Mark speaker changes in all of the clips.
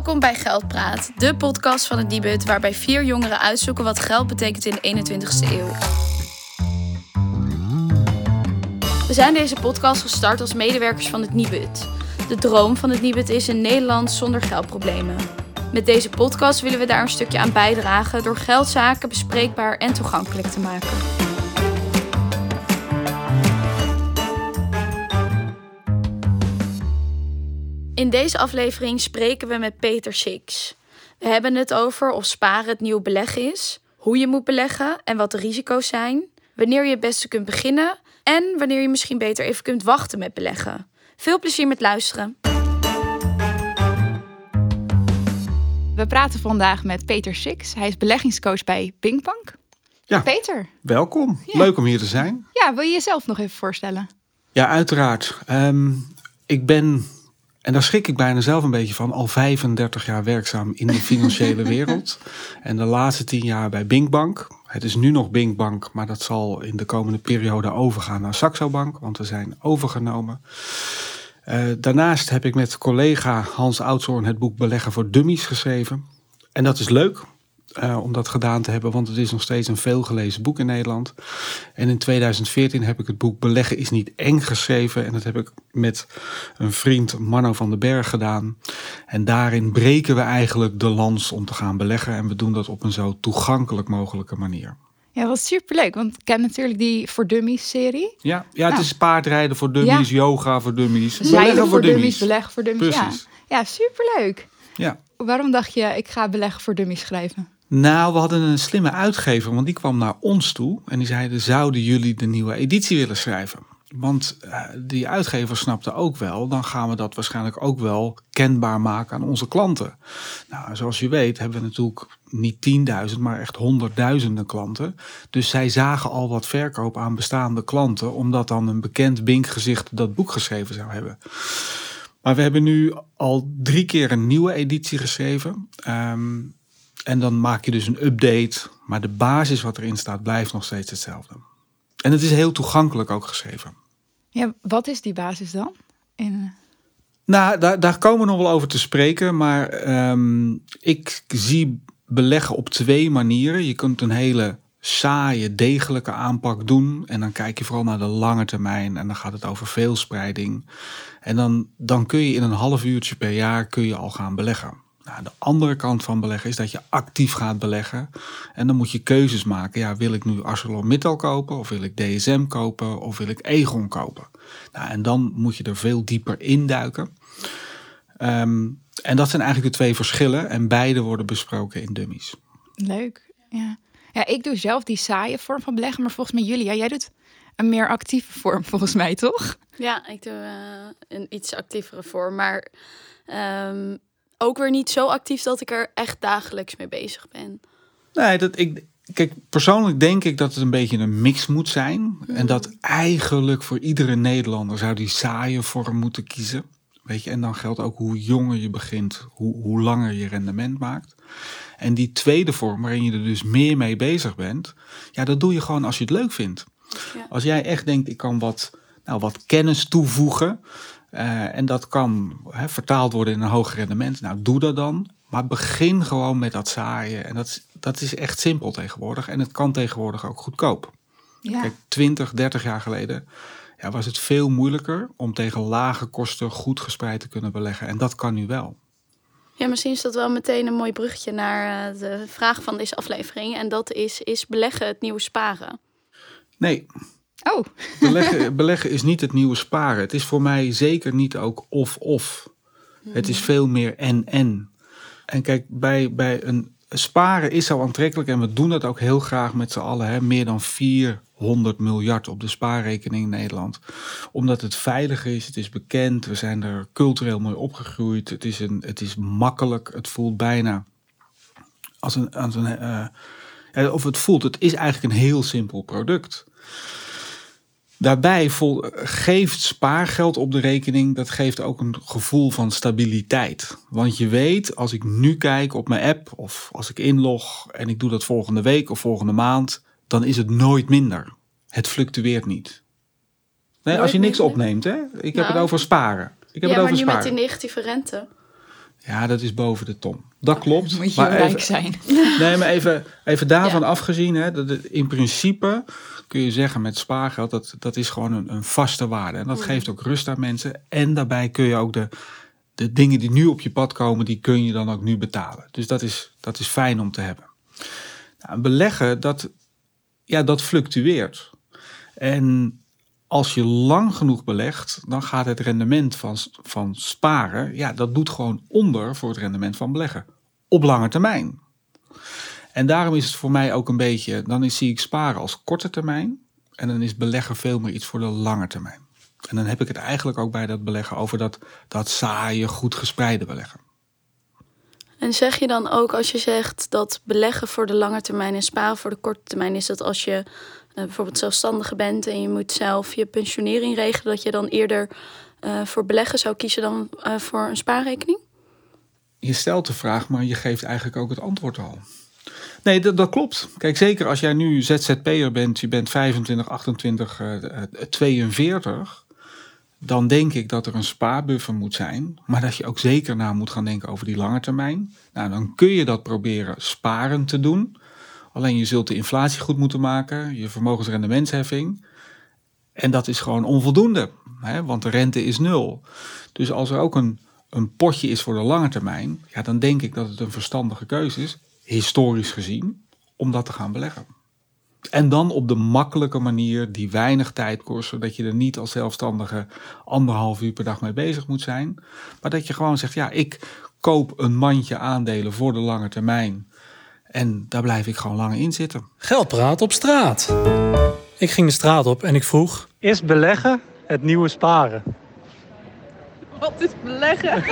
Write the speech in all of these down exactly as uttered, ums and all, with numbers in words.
Speaker 1: Welkom bij Geldpraat, de podcast van het Nibud, waarbij vier jongeren uitzoeken wat geld betekent in de eenentwintigste eeuw. We zijn deze podcast gestart als medewerkers van het Nibud. De droom van het Nibud is een Nederland zonder geldproblemen. Met deze podcast willen we daar een stukje aan bijdragen door geldzaken bespreekbaar en toegankelijk te maken. In deze aflevering spreken we met Peter Six. We hebben het over of sparen het nieuwe beleggen is, hoe je moet beleggen en wat de risico's zijn, wanneer je het beste kunt beginnen en wanneer je misschien beter even kunt wachten met beleggen. Veel plezier met luisteren.
Speaker 2: We praten vandaag met Peter Six. Hij is beleggingscoach bij Pinkbank.
Speaker 3: Ja,
Speaker 2: Peter.
Speaker 3: Welkom.
Speaker 2: Ja.
Speaker 3: Leuk om hier te zijn.
Speaker 2: Ja, wil je jezelf nog even voorstellen?
Speaker 3: Ja, uiteraard. Um, ik ben, en daar schrik ik bijna zelf een beetje van, al vijfendertig jaar werkzaam in de financiële wereld. En de laatste tien jaar bij Pinkbank. Het is nu nog Pinkbank, maar dat zal in de komende periode overgaan naar Saxo Bank, want we zijn overgenomen. Uh, daarnaast heb ik met collega Hans Oudshoorn het boek Beleggen voor Dummies geschreven. En dat is leuk uh, om dat gedaan te hebben, want het is nog steeds een veelgelezen boek in Nederland. En in tweeduizend veertien heb ik het boek Beleggen is niet eng geschreven. En dat heb ik met een vriend, Manno van den Berg, gedaan. En daarin breken we eigenlijk de lans om te gaan beleggen. En we doen dat op een zo toegankelijk mogelijke manier.
Speaker 2: Ja, wat superleuk, want ik ken natuurlijk die Voor Dummies serie.
Speaker 3: Ja, ja het
Speaker 2: nou.
Speaker 3: is paardrijden voor dummies, ja. Yoga voor dummies,
Speaker 2: Zeilen
Speaker 3: beleggen voor dummies.
Speaker 2: dummies. Beleggen voor dummies,
Speaker 3: Precies.
Speaker 2: Ja, ja superleuk.
Speaker 3: Ja.
Speaker 2: Waarom dacht je, ik ga Beleggen voor Dummies schrijven?
Speaker 3: Nou, we hadden een slimme uitgever, want die kwam naar ons toe. En die zeiden, zouden jullie de nieuwe editie willen schrijven? Want uh, die uitgever snapte ook wel, dan gaan we dat waarschijnlijk ook wel kenbaar maken aan onze klanten. Nou, zoals je weet hebben we natuurlijk niet tienduizend, maar echt honderdduizenden klanten. Dus zij zagen al wat verkoop aan bestaande klanten, omdat dan een bekend Bink-gezicht dat boek geschreven zou hebben. Maar we hebben nu al drie keer een nieuwe editie geschreven. Um, en dan maak je dus een update, maar de basis wat erin staat blijft nog steeds hetzelfde. En het is heel toegankelijk ook geschreven.
Speaker 2: Ja, wat is die basis dan? In...
Speaker 3: Nou, daar, daar komen we nog wel over te spreken. Maar um, ik zie beleggen op twee manieren. Je kunt een hele saaie, degelijke aanpak doen. En dan kijk je vooral naar de lange termijn. En dan gaat het over veelspreiding. En dan, dan kun je in een half uurtje per jaar kun je al gaan beleggen. Nou, de andere kant van beleggen is dat je actief gaat beleggen. En dan moet je keuzes maken. Ja, wil ik nu ArcelorMittal kopen? Of wil ik D S M kopen? Of wil ik Aegon kopen? Nou, en dan moet je er veel dieper induiken. Um, en dat zijn eigenlijk de twee verschillen. En beide worden besproken in Dummies.
Speaker 2: Leuk, ja. Ja, ik doe zelf die saaie vorm van beleggen. Maar volgens mij Julia, jij doet een meer actieve vorm volgens mij, toch?
Speaker 1: Ja, ik doe uh, een iets actievere vorm. Maar um, ook weer niet zo actief dat ik er echt dagelijks mee bezig ben.
Speaker 3: Nee, dat ik... Kijk, persoonlijk denk ik dat het een beetje een mix moet zijn. Mm. En dat eigenlijk voor iedere Nederlander zou die saaie vorm moeten kiezen. Weet je, en dan geldt ook hoe jonger je begint, hoe, hoe langer je rendement maakt. En die tweede vorm, waarin je er dus meer mee bezig bent, ja, dat doe je gewoon als je het leuk vindt. Ja. Als jij echt denkt, ik kan wat, nou, wat kennis toevoegen. Uh, en dat kan he, vertaald worden in een hoger rendement. Nou, doe dat dan. Maar begin gewoon met dat zaaien. En dat is, dat is echt simpel tegenwoordig. En het kan tegenwoordig ook goedkoop. Ja. Kijk, twintig, dertig jaar geleden ja, was het veel moeilijker om tegen lage kosten goed gespreid te kunnen beleggen. En dat kan nu wel.
Speaker 1: Ja, misschien is dat wel meteen een mooi bruggetje naar de vraag van deze aflevering. En dat is, is beleggen het nieuwe sparen?
Speaker 3: Nee.
Speaker 2: Oh.
Speaker 3: Beleggen, beleggen is niet het nieuwe sparen. Het is voor mij zeker niet ook of-of. Hmm. Het is veel meer en-en. En kijk, bij, bij een sparen is zo aantrekkelijk en we doen dat ook heel graag met z'n allen. Hè? Meer dan vierhonderd miljard op de spaarrekening in Nederland. Omdat het veiliger is, het is bekend, we zijn er cultureel mooi opgegroeid. Het is, een, het is makkelijk, het voelt bijna als een... Als een uh, of het voelt, het is eigenlijk een heel simpel product. Daarbij vol, geeft spaargeld op de rekening, dat geeft ook een gevoel van stabiliteit. Want je weet, als ik nu kijk op mijn app of als ik inlog en ik doe dat volgende week of volgende maand, dan is het nooit minder. Het fluctueert niet. Nee, als je niks opneemt, hè? Ik heb nou, het over sparen. Ik heb
Speaker 1: ja,
Speaker 3: het over
Speaker 1: maar nu
Speaker 3: sparen.
Speaker 1: met die negatieve rente.
Speaker 3: Ja, dat is boven de ton. Dat klopt.
Speaker 2: Moet je
Speaker 3: maar
Speaker 2: rijk
Speaker 3: even,
Speaker 2: zijn.
Speaker 3: Nee, maar even, even daarvan
Speaker 2: Ja.
Speaker 3: afgezien. Hè, dat het, in principe kun je zeggen met spaargeld, dat, dat is gewoon een, een vaste waarde. En dat
Speaker 1: Mm.
Speaker 3: geeft ook rust aan mensen. En daarbij kun je ook de, de dingen die nu op je pad komen, die kun je dan ook nu betalen. Dus dat is, dat is fijn om te hebben. Nou, beleggen, dat, ja, dat fluctueert. En als je lang genoeg belegt, dan gaat het rendement van, van sparen, ja, dat doet gewoon onder voor het rendement van beleggen. Op lange termijn. En daarom is het voor mij ook een beetje, dan is, zie ik sparen als korte termijn. En dan is beleggen veel meer iets voor de lange termijn. En dan heb ik het eigenlijk ook bij dat beleggen over dat, dat saaie, goed gespreide beleggen.
Speaker 1: En zeg je dan ook als je zegt dat beleggen voor de lange termijn en sparen voor de korte termijn, is dat als je uh, bijvoorbeeld zelfstandige bent en je moet zelf je pensionering regelen, dat je dan eerder uh, voor beleggen zou kiezen dan uh, voor een spaarrekening?
Speaker 3: Je stelt de vraag, maar je geeft eigenlijk ook het antwoord al. Nee, dat, dat klopt. Kijk, zeker als jij nu Z Z P'er bent, je bent vijfentwintig, achtentwintig, uh, tweeënveertig... dan denk ik dat er een spaarbuffer moet zijn, maar dat je ook zeker na moet gaan denken over die lange termijn. Nou, dan kun je dat proberen sparen te doen. Alleen je zult de inflatie goed moeten maken, je vermogensrendementsheffing. En dat is gewoon onvoldoende, hè, want de rente is nul. Dus als er ook een, een potje is voor de lange termijn, ja, dan denk ik dat het een verstandige keuze is, historisch gezien, om dat te gaan beleggen. En dan op de makkelijke manier die weinig tijd kost, zodat je er niet als zelfstandige anderhalf uur per dag mee bezig moet zijn. Maar dat je gewoon zegt, ja, ik koop een mandje aandelen voor de lange termijn. En daar blijf ik gewoon lang in zitten.
Speaker 4: Geldpraat op straat. Ik ging de straat op en ik vroeg: is beleggen het nieuwe sparen?
Speaker 5: Wat is beleggen?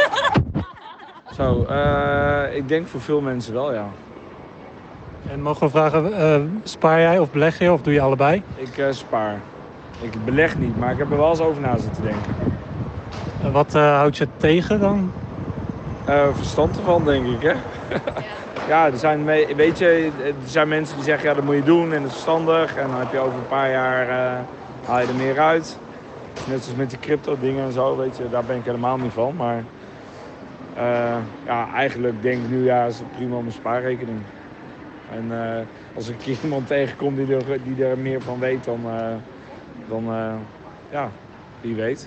Speaker 6: Zo, uh, ik denk voor veel mensen wel, ja.
Speaker 4: En mogen we vragen, uh, spaar jij of beleg je of doe je allebei?
Speaker 6: Ik uh, spaar. Ik beleg niet, maar ik heb er wel eens over na zitten denken.
Speaker 4: En wat uh, houdt je tegen dan?
Speaker 6: Uh, verstand ervan, denk ik, hè? Ja, ja er, zijn, weet je, er zijn mensen die zeggen, ja, dat moet je doen en dat is verstandig. En dan heb je over een paar jaar, uh, haal je er meer uit. Net zoals met die crypto dingen en zo, weet je, daar ben ik helemaal niet van. Maar uh, ja, eigenlijk denk ik nu, ja, is het prima om een spaarrekening. En uh, als ik een keer iemand tegenkom die er, die er meer van weet, dan, uh, dan uh, ja, wie weet.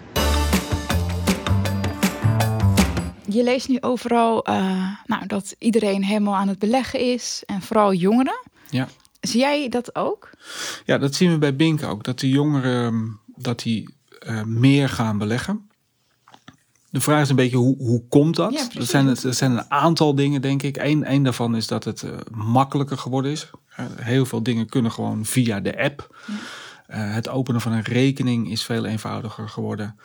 Speaker 2: Je leest nu overal uh, nou, dat iedereen helemaal aan het beleggen is. En vooral jongeren.
Speaker 3: Ja.
Speaker 2: Zie jij dat ook?
Speaker 3: Ja, dat zien we bij Bink ook. Dat de jongeren dat die, uh, meer gaan beleggen. De vraag is een beetje, hoe, hoe komt dat?
Speaker 2: Ja,
Speaker 3: dat, zijn, dat zijn een aantal dingen, denk ik. Eén, één daarvan is dat het uh, makkelijker geworden is. Uh, heel veel dingen kunnen gewoon via de app. Ja. Uh, het openen van een rekening is veel eenvoudiger geworden.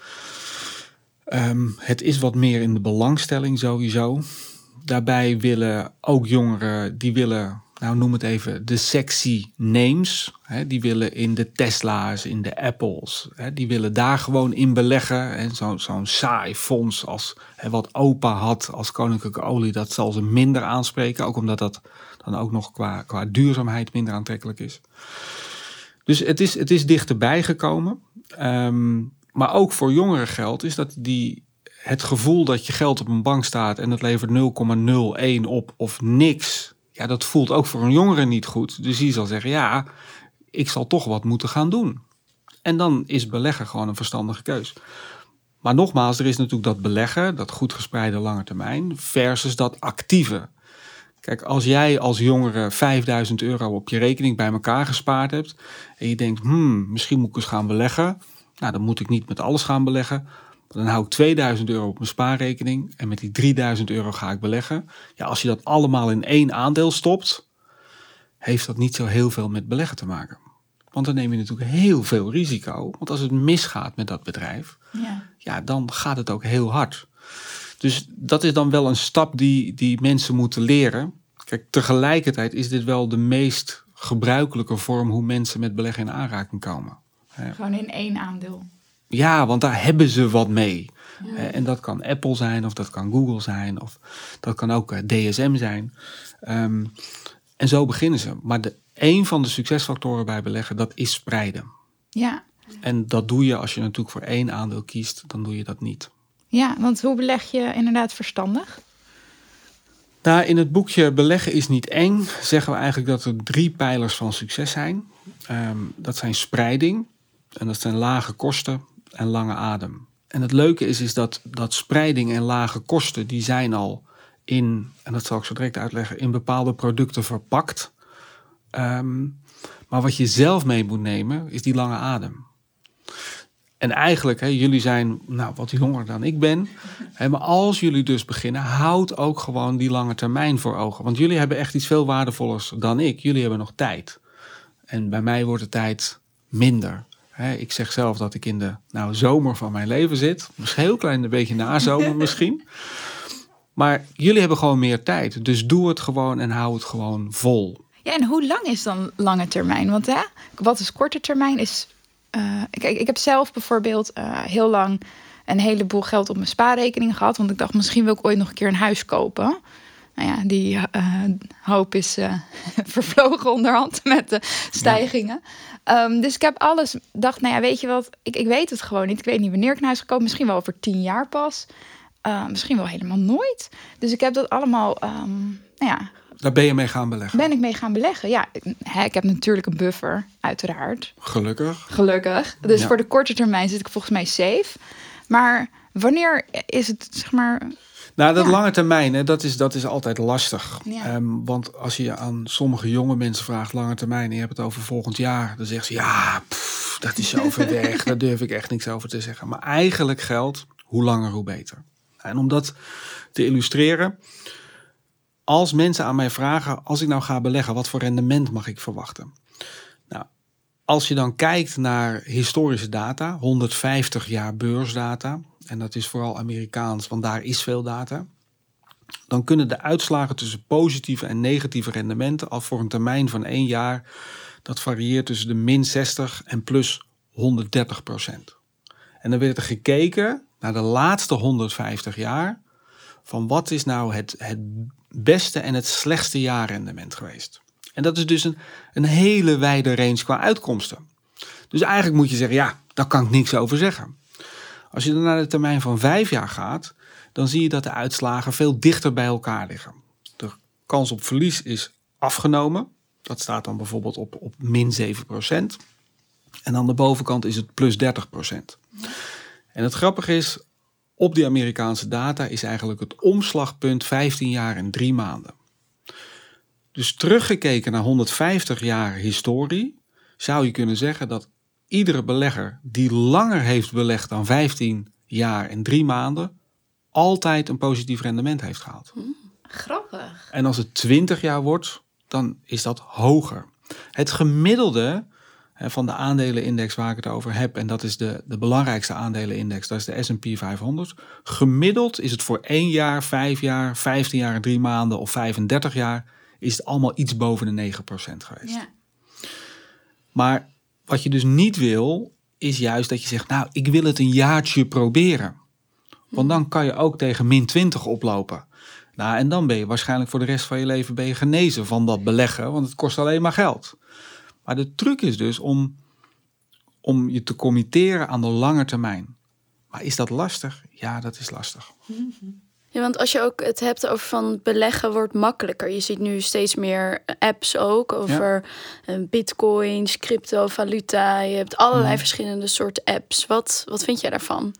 Speaker 3: Um, het is wat meer in de belangstelling sowieso. Daarbij willen ook jongeren, die willen, nou noem het even, de sexy names. Hè, die willen in de Tesla's, in de Apples. Hè, die willen daar gewoon in beleggen. En zo, zo'n saai fonds als hè, wat opa had als koninklijke olie, dat zal ze minder aanspreken. Ook omdat dat dan ook nog qua, qua duurzaamheid minder aantrekkelijk is. Dus het is, het is dichterbij gekomen. Um, Maar ook voor jongeren geldt is dat die, het gevoel dat je geld op een bank staat en het levert nul komma nul één op of niks. Ja, dat voelt ook voor een jongere niet goed. Dus die zal zeggen, ja, ik zal toch wat moeten gaan doen. En dan is beleggen gewoon een verstandige keus. Maar nogmaals, er is natuurlijk dat beleggen, dat goed gespreide lange termijn, versus dat actieve. Kijk, als jij als jongere vijfduizend euro op je rekening bij elkaar gespaard hebt en je denkt, hmm, misschien moet ik eens gaan beleggen. Nou, dan moet ik niet met alles gaan beleggen. Dan hou ik tweeduizend euro op mijn spaarrekening. En met die drieduizend euro ga ik beleggen. Ja, als je dat allemaal in één aandeel stopt, heeft dat niet zo heel veel met beleggen te maken. Want dan neem je natuurlijk heel veel risico. Want als het misgaat met dat bedrijf, ja, ja dan gaat het ook heel hard. Dus dat is dan wel een stap die, die mensen moeten leren. Kijk, tegelijkertijd is dit wel de meest gebruikelijke vorm hoe mensen met beleggen in aanraking komen.
Speaker 2: Gewoon in één aandeel.
Speaker 3: Ja, want daar hebben ze wat mee. Ja. En dat kan Apple zijn, of dat kan Google zijn, of dat kan ook D S M zijn. Um, en zo beginnen ze. Maar de, een van de succesfactoren bij beleggen, dat is spreiden.
Speaker 2: Ja.
Speaker 3: En dat doe je als je natuurlijk voor één aandeel kiest, dan doe je dat niet.
Speaker 2: Ja, want hoe beleg je inderdaad verstandig?
Speaker 3: Nou, in het boekje Beleggen is niet eng zeggen we eigenlijk dat er drie pijlers van succes zijn. Um, dat zijn spreiding, en dat zijn lage kosten en lange adem. En het leuke is, is dat, dat spreiding en lage kosten, die zijn al in, en dat zal ik zo direct uitleggen, in bepaalde producten verpakt. Um, maar wat je zelf mee moet nemen, is die lange adem. En eigenlijk, hè, jullie zijn nou, wat jonger dan ik ben. Hè, maar als jullie dus beginnen, houd ook gewoon die lange termijn voor ogen. Want jullie hebben echt iets veel waardevollers dan ik. Jullie hebben nog tijd. En bij mij wordt de tijd minder. Hè, ik zeg zelf dat ik in de nou, zomer van mijn leven zit. Misschien een heel klein beetje nazomer misschien. Maar jullie hebben gewoon meer tijd. Dus doe het gewoon en hou het gewoon vol.
Speaker 2: Ja, en hoe lang is dan lange termijn? Want hè, wat is korte termijn is... Uh, kijk, ik heb zelf bijvoorbeeld uh, heel lang een heleboel geld op mijn spaarrekening gehad. Want ik dacht, misschien wil ik ooit nog een keer een huis kopen. Nou ja, die uh, hoop is uh, vervlogen onderhand met de stijgingen. Ja. Um, dus ik heb alles, dacht, nou ja, weet je wat, ik, ik weet het gewoon niet. Ik weet niet wanneer ik naar huis ga kopen. Misschien wel over tien jaar pas. Uh, misschien wel helemaal nooit. Dus ik heb dat allemaal, um, nou ja...
Speaker 3: Daar ben je mee gaan beleggen?
Speaker 2: Ben ik mee gaan beleggen, ja. Hè, ik heb natuurlijk een buffer, uiteraard.
Speaker 3: Gelukkig.
Speaker 2: Gelukkig. Dus
Speaker 3: ja.
Speaker 2: Voor de korte termijn zit ik volgens mij safe. Maar wanneer is het, zeg maar...
Speaker 3: Nou, dat
Speaker 2: ja.
Speaker 3: lange termijn, hè, dat, is, dat is altijd lastig.
Speaker 2: Ja.
Speaker 3: Um, want als je aan sommige jonge mensen vraagt, lange termijn, en je hebt het over volgend jaar, dan zeggen ze, ja, pff, dat is zo ver weg. Daar durf ik echt niks over te zeggen. Maar eigenlijk geldt, hoe langer, hoe beter. En om dat te illustreren, als mensen aan mij vragen, als ik nou ga beleggen, wat voor rendement mag ik verwachten? Nou, als je dan kijkt naar historische data, honderdvijftig jaar beursdata, en dat is vooral Amerikaans, want daar is veel data, dan kunnen de uitslagen tussen positieve en negatieve rendementen al voor een termijn van één jaar, dat varieert tussen de min zestig en plus honderddertig procent. En dan werd er gekeken naar de laatste honderdvijftig jaar, van wat is nou het, het beste en het slechtste jaarrendement geweest. En dat is dus een, een hele wijde range qua uitkomsten. Dus eigenlijk moet je zeggen, ja, daar kan ik niks over zeggen. Als je dan naar de termijn van vijf jaar gaat, dan zie je dat de uitslagen veel dichter bij elkaar liggen. De kans op verlies is afgenomen. Dat staat dan bijvoorbeeld op, op min zeven procent. En aan de bovenkant is het plus dertig procent. En het grappige is, op die Amerikaanse data is eigenlijk het omslagpunt vijftien jaar en drie maanden. Dus teruggekeken naar honderdvijftig jaar historie, zou je kunnen zeggen dat iedere belegger die langer heeft belegd dan vijftien jaar en drie maanden, altijd een positief rendement heeft gehaald.
Speaker 2: Hmm, grappig.
Speaker 3: En als het twintig jaar wordt, dan is dat hoger. Het gemiddelde van de aandelenindex waar ik het over heb, en dat is de, de belangrijkste aandelenindex, dat is de S en P vijfhonderd. Gemiddeld is het voor één jaar, vijf jaar, vijftien jaar en drie maanden of vijfendertig jaar, is het allemaal iets boven de negen procent geweest.
Speaker 2: Ja.
Speaker 3: Maar wat je dus niet wil, is juist dat je zegt, nou, ik wil het een jaartje proberen. Want dan kan je ook tegen min twintig oplopen. Nou, en dan ben je waarschijnlijk voor de rest van je leven ben je genezen van dat beleggen, want het kost alleen maar geld. Maar de truc is dus om, om je te committeren aan de lange termijn. Maar is dat lastig? Ja, dat is lastig.
Speaker 1: Ja, want als je ook het hebt over van beleggen wordt makkelijker. Je ziet nu steeds meer apps ook over ja. bitcoins, cryptovaluta. Je hebt allerlei ja. verschillende soorten apps. Wat, wat vind jij daarvan?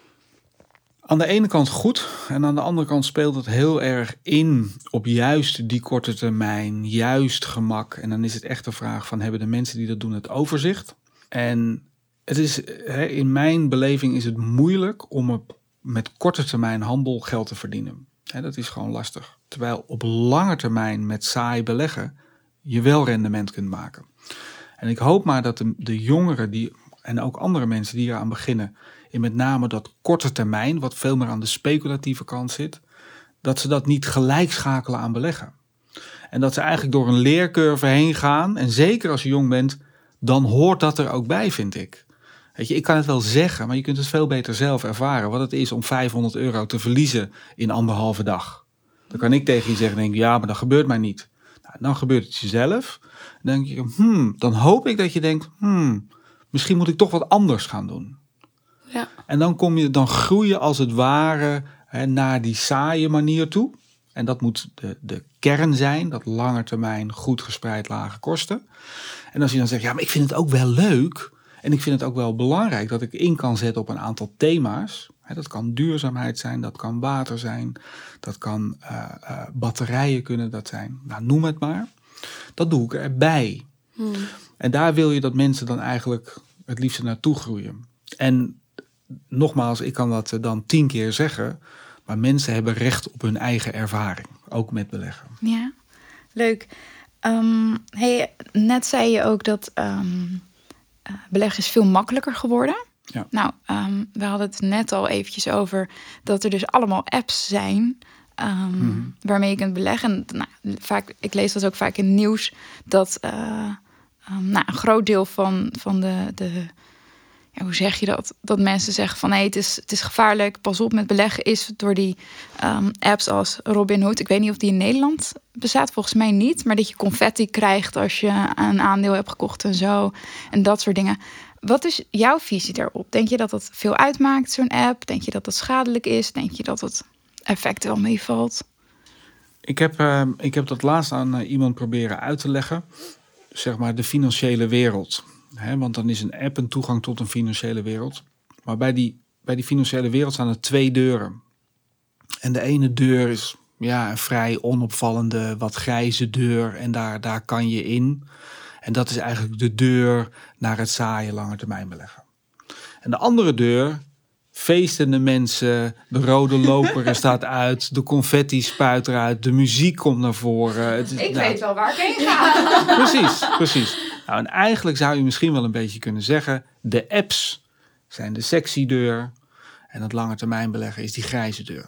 Speaker 3: Aan de ene kant goed en aan de andere kant speelt het heel erg in op juist die korte termijn, juist gemak. En dan is het echt de vraag van, hebben de mensen die dat doen het overzicht? En het is, in mijn beleving is het moeilijk om op, met korte termijn handel geld te verdienen. Dat is gewoon lastig. Terwijl op lange termijn met saai beleggen je wel rendement kunt maken. En ik hoop maar dat de, de jongeren die, en ook andere mensen die eraan beginnen, in met name dat korte termijn, wat veel meer aan de speculatieve kant zit, dat ze dat niet gelijk schakelen aan beleggen. En dat ze eigenlijk door een leercurve heen gaan. En zeker als je jong bent, dan hoort dat er ook bij, vind ik. Weet je, ik kan het wel zeggen, maar je kunt het veel beter zelf ervaren wat het is om vijfhonderd euro te verliezen in anderhalve dag. Dan kan ik tegen je zeggen, denk, ja, maar dat gebeurt mij niet. Nou, dan gebeurt het jezelf. Dan denk je, hmm, dan hoop ik dat je denkt, hmm, misschien moet ik toch wat anders gaan doen.
Speaker 1: Ja.
Speaker 3: En dan, kom je, dan groei je als het ware hè, naar die saaie manier toe. En dat moet de, de kern zijn, dat lange termijn goed gespreid lage kosten. En als je dan zegt, ja, maar ik vind het ook wel leuk en ik vind het ook wel belangrijk dat ik in kan zetten op een aantal thema's. Hè, dat kan duurzaamheid zijn, dat kan water zijn, dat kan uh, uh, batterijen kunnen dat zijn. Nou, noem het maar. Dat doe ik erbij. Hmm. En daar wil je dat mensen dan eigenlijk het liefst naartoe groeien. En nogmaals, ik kan dat dan tien keer zeggen, maar mensen hebben recht op hun eigen ervaring, ook met beleggen.
Speaker 2: Ja, leuk. Um, hey, net zei je ook dat um, uh, beleggen is veel makkelijker geworden.
Speaker 3: Ja.
Speaker 2: Nou, um, we hadden het net al eventjes over dat er dus allemaal apps zijn um, mm-hmm. waarmee je kunt beleggen. En, nou, vaak, ik lees dat ook vaak in het nieuws, dat uh, um, nou, een groot deel van, van de... de Ja, hoe zeg je dat? Dat mensen zeggen van nee, het is, het is gevaarlijk, pas op met beleggen, is door die um, apps als Robinhood. Ik weet niet of die in Nederland bestaat, volgens mij niet. Maar dat je confetti krijgt als je een aandeel hebt gekocht en zo. En dat soort dingen. Wat is jouw visie daarop? Denk je dat dat veel uitmaakt, zo'n app? Denk je dat dat schadelijk is? Denk je dat het effect wel meevalt?
Speaker 3: Ik heb, uh, ik heb dat laatst aan uh, iemand proberen uit te leggen. Zeg maar de financiële wereld. He, want dan is een app een toegang tot een financiële wereld. Maar bij die, bij die financiële wereld staan er twee deuren. En de ene deur is ja, een vrij onopvallende, wat grijze deur. En daar, daar kan je in. En dat is eigenlijk de deur naar het saaie lange termijn beleggen. En de andere deur, feestende mensen, de rode loper staat uit, de confetti spuit eruit, de muziek komt naar voren. Het is,
Speaker 2: ik
Speaker 3: nou,
Speaker 2: weet wel waar ik heen ga.
Speaker 3: Precies, precies. Nou, en eigenlijk zou je misschien wel een beetje kunnen zeggen, de apps zijn de sexy deur en het lange termijn beleggen is die grijze deur.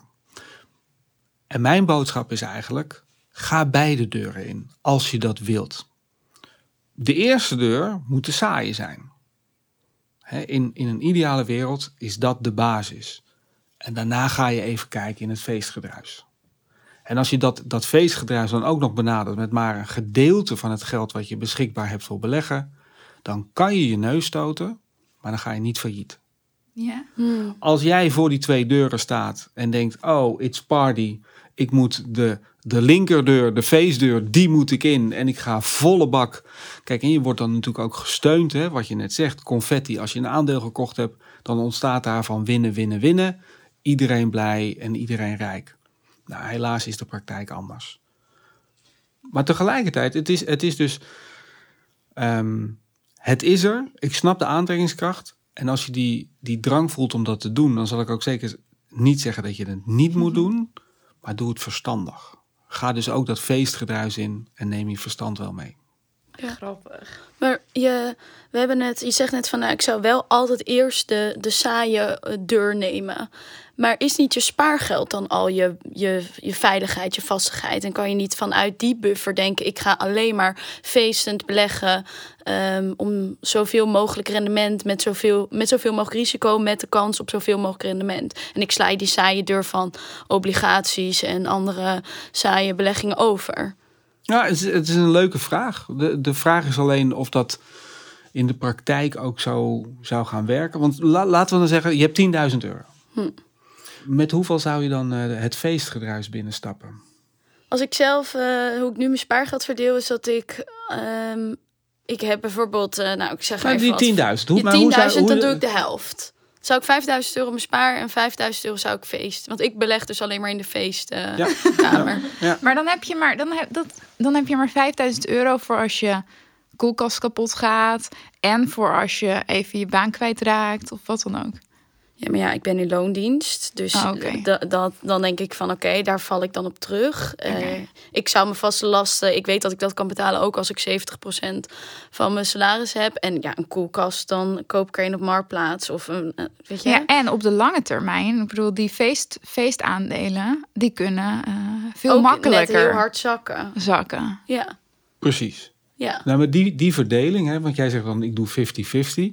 Speaker 3: En mijn boodschap is eigenlijk, ga beide deuren in, als je dat wilt. De eerste deur moet de saaie zijn. He, in, in een ideale wereld is dat de basis. En daarna ga je even kijken in het feestgedruis. En als je dat, dat feestgedruis dan ook nog benadert met maar een gedeelte van het geld wat je beschikbaar hebt voor beleggen, dan kan je je neus stoten, maar dan ga je niet failliet.
Speaker 2: Ja.
Speaker 1: Hmm.
Speaker 3: Als jij voor die twee deuren staat en denkt, oh, it's party, ik moet de, de linkerdeur, de feestdeur, die moet ik in en ik ga volle bak. Kijk, en je wordt dan natuurlijk ook gesteund, hè, wat je net zegt, confetti. Als je een aandeel gekocht hebt, dan ontstaat daarvan winnen, winnen, winnen. Iedereen blij en iedereen rijk. Nou, helaas is de praktijk anders. Maar tegelijkertijd, het is, het is dus, um, het is er. Ik snap de aantrekkingskracht. En als je die, die drang voelt om dat te doen, dan zal ik ook zeker niet zeggen dat je het niet moet doen. Maar doe het verstandig. Ga dus ook dat feestgedruis in en neem je verstand wel mee.
Speaker 1: Ja. Grappig. Maar je, we hebben net, je zegt net van, nou, ik zou wel altijd eerst de, de saaie deur nemen. Maar is niet je spaargeld dan al je, je, je veiligheid, je vastigheid? En kan je niet vanuit die buffer denken, ik ga alleen maar feestend beleggen um, om zoveel mogelijk rendement, met zoveel, met zoveel mogelijk risico, met de kans op zoveel mogelijk rendement. En ik sla die saaie deur van obligaties en andere saaie beleggingen over.
Speaker 3: Ja, het is, het is een leuke vraag. De, de vraag is alleen of dat in de praktijk ook zo zou gaan werken. Want la, laten we dan zeggen, je hebt tienduizend euro.
Speaker 1: Hm.
Speaker 3: Met hoeveel zou je dan uh, het feestgedruis binnenstappen?
Speaker 1: Als ik zelf, uh, hoe ik nu mijn spaargeld verdeel, is dat ik... Um, ik heb bijvoorbeeld, uh, nou ik zeg
Speaker 3: maar
Speaker 1: even
Speaker 3: die tienduizend, hoe,
Speaker 1: ja,
Speaker 3: maar hoe
Speaker 1: tienduizend,
Speaker 3: zou,
Speaker 1: dan
Speaker 3: hoe,
Speaker 1: doe ik de helft. Zou ik vijfduizend euro mijn spaar en vijfduizend euro zou ik feest. Want ik beleg dus alleen maar in de feestkamer. Uh,
Speaker 3: ja. Ja. Ja.
Speaker 2: Maar dan heb je maar, dan heb, dat, dan heb je maar vijfduizend euro voor als je koelkast kapot gaat. En voor als je even je baan kwijtraakt of wat dan ook.
Speaker 1: Ja, maar ja, ik ben in loondienst. Dus
Speaker 2: oh, okay.
Speaker 1: d- dat, dan denk ik van oké, okay, daar val ik dan op terug.
Speaker 2: Okay.
Speaker 1: Uh, ik zou mijn vaste lasten, ik weet dat ik dat kan betalen ook als ik zeventig procent van mijn salaris heb. En ja, een koelkast, dan koop ik er een op Marktplaats of een, uh, weet je.
Speaker 2: Ja, en op de lange termijn, ik bedoel, die feest, feestaandelen, die kunnen uh, veel
Speaker 1: ook
Speaker 2: makkelijker
Speaker 1: net heel hard zakken.
Speaker 2: zakken.
Speaker 1: Ja.
Speaker 3: Precies.
Speaker 1: Ja.
Speaker 3: Nou, maar die, die verdeling, hè, want jij zegt dan ik doe vijftig vijftig.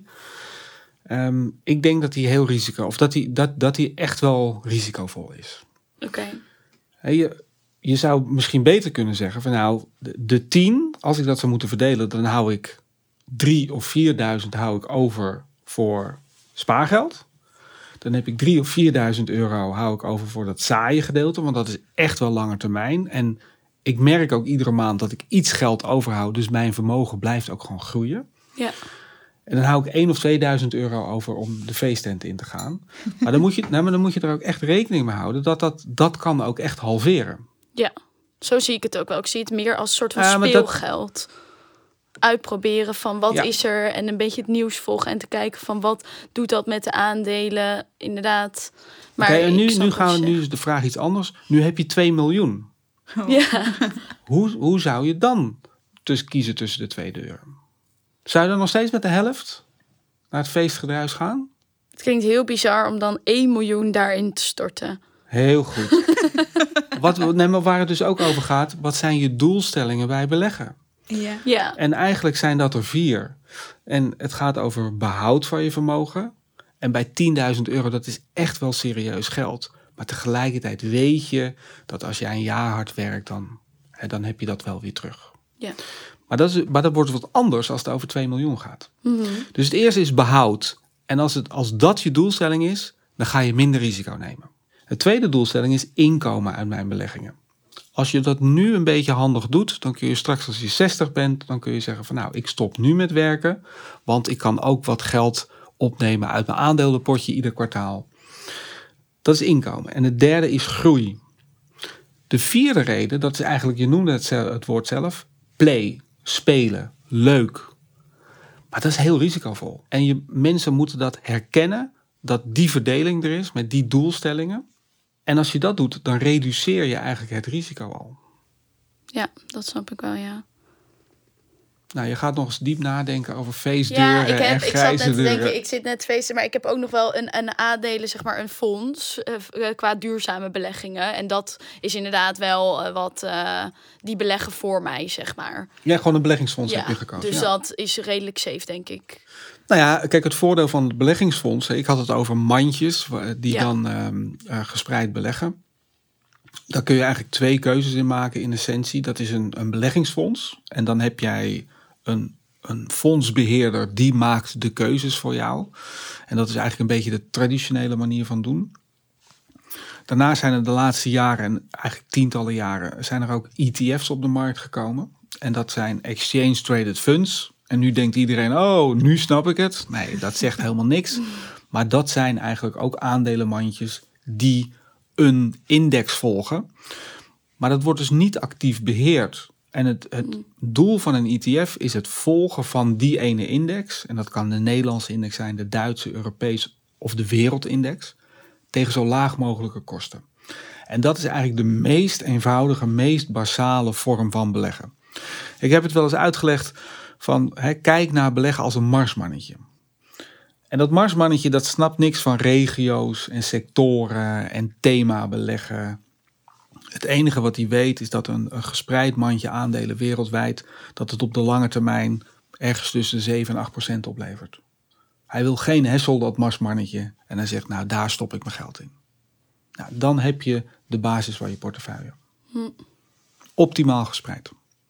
Speaker 3: Um, ik denk dat die heel risico, of dat die, dat, dat die echt wel risicovol is.
Speaker 1: Oké. Okay.
Speaker 3: Hey, je, je zou misschien beter kunnen zeggen van nou, de, de tien, als ik dat zou moeten verdelen, dan hou ik drie of vierduizend hou ik over voor spaargeld. Dan heb ik drie of vierduizend euro hou ik over voor dat saaie gedeelte. Want dat is echt wel lange termijn. En ik merk ook iedere maand dat ik iets geld overhoud. Dus mijn vermogen blijft ook gewoon groeien.
Speaker 1: Ja.
Speaker 3: En dan hou ik één of tweeduizend euro over om de feesttent in te gaan. Maar dan moet je, nou, maar dan moet je er ook echt rekening mee houden. Dat dat, dat kan ook echt halveren.
Speaker 1: Ja, zo zie ik het ook wel. Ik zie het meer als een soort van
Speaker 3: Ja, maar dat-
Speaker 1: speelgeld. Uitproberen van wat
Speaker 3: Ja.
Speaker 1: is er en een beetje het nieuws volgen en te kijken van wat doet dat met de aandelen. Inderdaad. Maar
Speaker 3: Oké, en nu,
Speaker 1: ik snap
Speaker 3: nu
Speaker 1: wat
Speaker 3: gaan
Speaker 1: je
Speaker 3: we, nu is de vraag iets anders. Nu heb je twee miljoen.
Speaker 1: zegt. Ja.
Speaker 3: Hoe, hoe zou je dan dus kiezen tussen de twee deuren? Zou je dan nog steeds met de helft naar het feestgedruis gaan?
Speaker 1: Het klinkt heel bizar om dan één miljoen daarin te storten.
Speaker 3: Heel goed. Wat, we- nee, maar waar het dus ook over gaat, wat zijn je doelstellingen bij beleggen?
Speaker 2: Ja.
Speaker 1: Ja.
Speaker 3: En eigenlijk zijn dat er vier. En het gaat over behoud van je vermogen. En bij tienduizend euro, dat is echt wel serieus geld. Maar tegelijkertijd weet je dat als jij een jaar hard werkt, dan, hè, dan heb je dat wel weer terug.
Speaker 1: Ja.
Speaker 3: Maar dat, is, maar dat wordt wat anders als het over twee miljoen gaat.
Speaker 1: Mhm.
Speaker 3: Dus het eerste is behoud. En als, het, als dat je doelstelling is, dan ga je minder risico nemen. De tweede doelstelling is inkomen uit mijn beleggingen. Als je dat nu een beetje handig doet, dan kun je straks als je zestig bent, dan kun je zeggen van nou, ik stop nu met werken, want ik kan ook wat geld opnemen uit mijn aandelenpotje ieder kwartaal. Dat is inkomen. En het derde is groei. De vierde reden, dat is eigenlijk, je noemde het, zel- het woord zelf, play, spelen, leuk. Maar dat is heel risicovol. En je, mensen moeten dat herkennen, dat die verdeling er is met die doelstellingen. En als je dat doet, dan reduceer je eigenlijk het risico al.
Speaker 1: Ja, dat snap ik wel, ja.
Speaker 3: Nou, je gaat nog eens diep nadenken over feestdeuren
Speaker 1: Ja, ik,
Speaker 3: en
Speaker 1: heb, ik zat
Speaker 3: grijze
Speaker 1: net te
Speaker 3: deuren.
Speaker 1: denken, ik zit net feesten, maar ik heb ook nog wel een, een aandelen, zeg maar een fonds eh, qua duurzame beleggingen. En dat is inderdaad wel eh, wat eh, die beleggen voor mij, zeg maar.
Speaker 3: Ja, gewoon een beleggingsfonds
Speaker 1: Ja,
Speaker 3: heb je gekozen.
Speaker 1: dus
Speaker 3: ja.
Speaker 1: dat is redelijk safe, denk ik.
Speaker 3: Nou ja, kijk, het voordeel van het beleggingsfonds, ik had het over mandjes wa- die
Speaker 1: Ja.
Speaker 3: dan ehm, eh, gespreid beleggen. Daar kun je eigenlijk twee keuzes in maken in essentie. Dat is een, een beleggingsfonds en dan heb jij een, een fondsbeheerder die maakt de keuzes voor jou. En dat is eigenlijk een beetje de traditionele manier van doen. Daarna zijn er de laatste jaren, en eigenlijk tientallen jaren, zijn er ook E T F's op de markt gekomen. En dat zijn Exchange Traded Funds. En nu denkt iedereen, oh, nu snap ik het. Nee, dat zegt helemaal niks. Maar dat zijn eigenlijk ook aandelenmandjes die een index volgen. Maar dat wordt dus niet actief beheerd. En het, het doel van een E T F is het volgen van die ene index. En dat kan de Nederlandse index zijn, de Duitse, Europees of de wereldindex. Tegen zo laag mogelijke kosten. En dat is eigenlijk de meest eenvoudige, meest basale vorm van beleggen. Ik heb het wel eens uitgelegd van, hè, kijk naar beleggen als een marsmannetje. En dat marsmannetje, dat snapt niks van regio's en sectoren en thema beleggen. Het enige wat hij weet is dat een, een gespreid mandje aandelen wereldwijd, dat het op de lange termijn ergens tussen de zeven en acht procent oplevert. Hij wil geen hessel, dat marsmannetje. En hij zegt, nou, daar stop ik mijn geld in. Nou, dan heb je de basis van je portefeuille.
Speaker 1: Hm.
Speaker 3: Optimaal gespreid.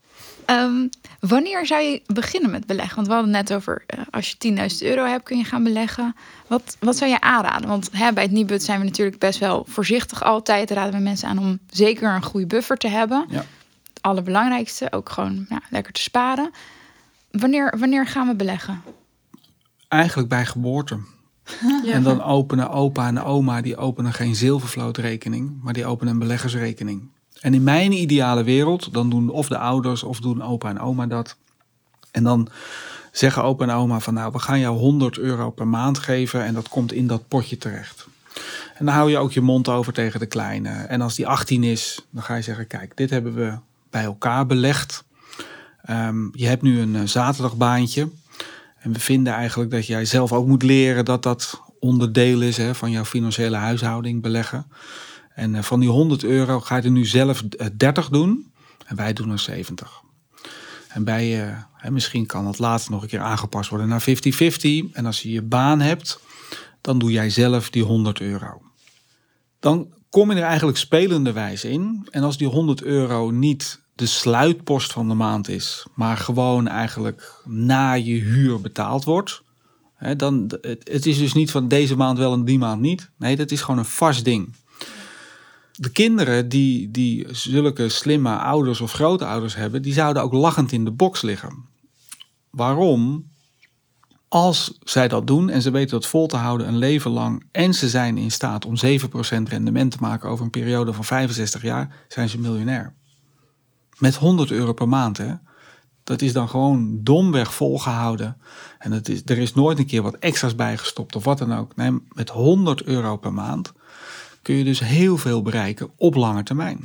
Speaker 2: Um, wanneer zou je beginnen met beleggen? Want we hadden het net over, uh, als je tienduizend euro hebt, kun je gaan beleggen. Wat, wat zou je aanraden? Want hè, bij het Nibud zijn we natuurlijk best wel voorzichtig altijd. Raden we mensen aan om zeker een goede buffer te hebben.
Speaker 3: Ja.
Speaker 2: Het allerbelangrijkste, ook gewoon ja, lekker te sparen. Wanneer, wanneer gaan we beleggen?
Speaker 3: Eigenlijk bij geboorte.
Speaker 1: Ja.
Speaker 3: En dan openen opa en oma, die openen geen zilvervlootrekening, maar die openen een beleggersrekening. En in mijn ideale wereld, dan doen of de ouders of doen opa en oma dat. En dan zeggen opa en oma van, nou, we gaan jou honderd euro per maand geven en dat komt in dat potje terecht. En dan hou je ook je mond over tegen de kleine. En als die achttien is, dan ga je zeggen, kijk, dit hebben we bij elkaar belegd. Um, je hebt nu een uh, zaterdagbaantje. En we vinden eigenlijk dat jij zelf ook moet leren dat dat onderdeel is, hè, van jouw financiële huishouding beleggen. En uh, van die honderd euro ga je er nu zelf uh, dertig doen en wij doen er zeventig. En bij, uh, hè, misschien kan dat later nog een keer aangepast worden naar vijftig vijftig. En als je je baan hebt, dan doe jij zelf die honderd euro. Dan kom je er eigenlijk spelenderwijs in. En als die honderd euro niet de sluitpost van de maand is, maar gewoon eigenlijk na je huur betaald wordt, He, dan, het, het is dus niet van deze maand wel en die maand niet. Nee, dat is gewoon een vast ding. De kinderen die, die zulke slimme ouders of grootouders hebben, die zouden ook lachend in de box liggen. Waarom? Als zij dat doen en ze weten dat vol te houden een leven lang en ze zijn in staat om zeven procent rendement te maken over een periode van vijfenzestig jaar, zijn ze miljonair. Met honderd euro per maand, hè. Dat is dan gewoon domweg volgehouden. En het is, er is nooit een keer wat extra's bijgestopt of wat dan ook. Nee, met honderd euro per maand kun je dus heel veel bereiken op lange termijn.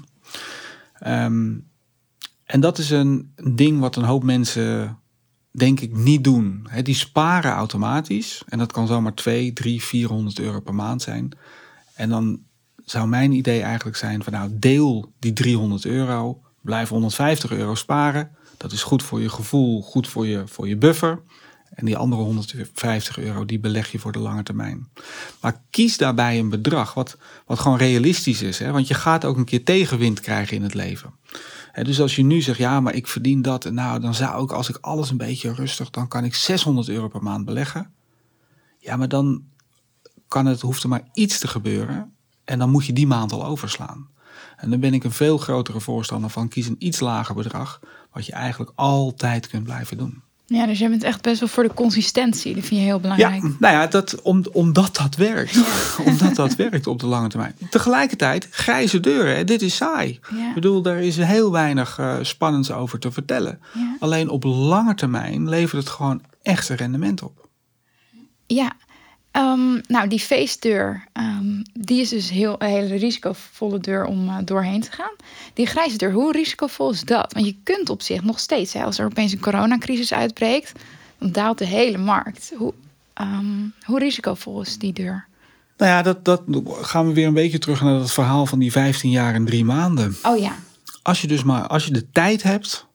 Speaker 3: Um, en dat is een ding wat een hoop mensen, denk ik, niet doen. He, die sparen automatisch. En dat kan zomaar twee, drie, vierhonderd euro per maand zijn. En dan zou mijn idee eigenlijk zijn van nou, deel die driehonderd euro. Blijf honderdvijftig euro sparen. Dat is goed voor je gevoel, goed voor je, voor je buffer. En die andere honderdvijftig euro, die beleg je voor de lange termijn. Maar kies daarbij een bedrag wat, wat gewoon realistisch is. Hè? Want je gaat ook een keer tegenwind krijgen in het leven. Hè, dus als je nu zegt, ja, maar ik verdien dat. En nou, dan zou ik, als ik alles een beetje rustig, dan kan ik zeshonderd euro per maand beleggen. Ja, maar dan kan het, hoeft er maar iets te gebeuren. En dan moet je die maand al overslaan. En dan ben ik een veel grotere voorstander van kies een iets lager bedrag, wat je eigenlijk altijd kunt blijven doen.
Speaker 2: Ja, dus jij bent echt best wel voor de consistentie. Dat vind je heel belangrijk.
Speaker 3: Ja, nou ja, dat, om, omdat dat werkt. Ja. omdat dat werkt op de lange termijn. Tegelijkertijd, grijze deuren, hè, dit is saai. Ja. Ik bedoel, daar is heel weinig uh, spannends over te vertellen. Ja. Alleen op lange termijn levert het gewoon echt een rendement op.
Speaker 2: Ja, um, nou die feestdeur, um, die is dus heel, een hele risicovolle deur om uh, doorheen te gaan. Die grijze deur, hoe risicovol is dat? Want je kunt op zich nog steeds, hè, als er opeens een coronacrisis uitbreekt, dan daalt de hele markt. Hoe, um, hoe risicovol is die deur?
Speaker 3: Nou ja, dat, dat gaan we weer een beetje terug naar dat verhaal van die vijftien jaar en drie maanden.
Speaker 2: Oh ja.
Speaker 3: Als je dus maar, als je de tijd hebt,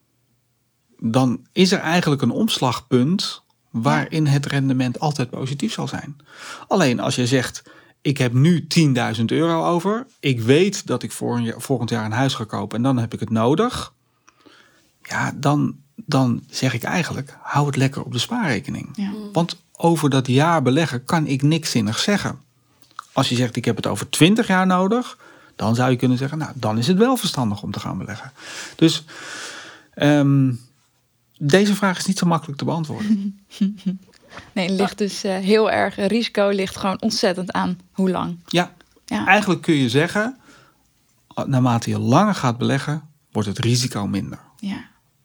Speaker 3: dan is er eigenlijk een omslagpunt waarin het rendement altijd positief zal zijn. Alleen als je zegt, ik heb nu tienduizend euro over. Ik weet dat ik voor een jaar, volgend jaar een huis ga kopen en dan heb ik het nodig. Ja, dan, dan zeg ik eigenlijk, hou het lekker op de spaarrekening. Ja. Want over dat jaar beleggen kan ik niks zinnigs zeggen. Als je zegt, ik heb het over twintig jaar nodig, dan zou je kunnen zeggen, nou, dan is het wel verstandig om te gaan beleggen. Dus um, deze vraag is niet zo makkelijk te beantwoorden.
Speaker 2: Nee, het ligt dus uh, heel erg, risico ligt gewoon ontzettend aan hoe lang.
Speaker 3: Ja, ja, eigenlijk kun je zeggen, naarmate je langer gaat beleggen, wordt het risico minder.
Speaker 2: Ja.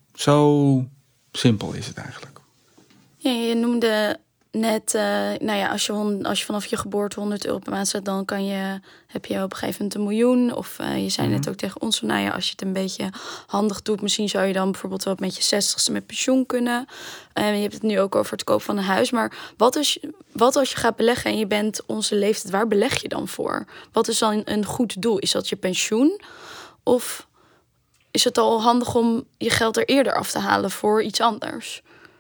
Speaker 3: Zo simpel is het eigenlijk.
Speaker 1: Ja, je noemde net, uh, nou ja, als je, hond, als je vanaf je geboorte honderd euro per maand zet, dan kan je, heb je op een gegeven moment een miljoen. Of uh, je zei mm-hmm. net ook tegen ons, nou ja, als je het een beetje handig doet, misschien zou je dan bijvoorbeeld wel met je zestigste met pensioen kunnen. Uh, je hebt het nu ook over het kopen van een huis. Maar wat, is, wat als je gaat beleggen en je bent onze leeftijd, waar beleg je dan voor? Wat is dan een goed doel? Is dat je pensioen? Of is het al handig om je geld er eerder af te halen voor iets anders?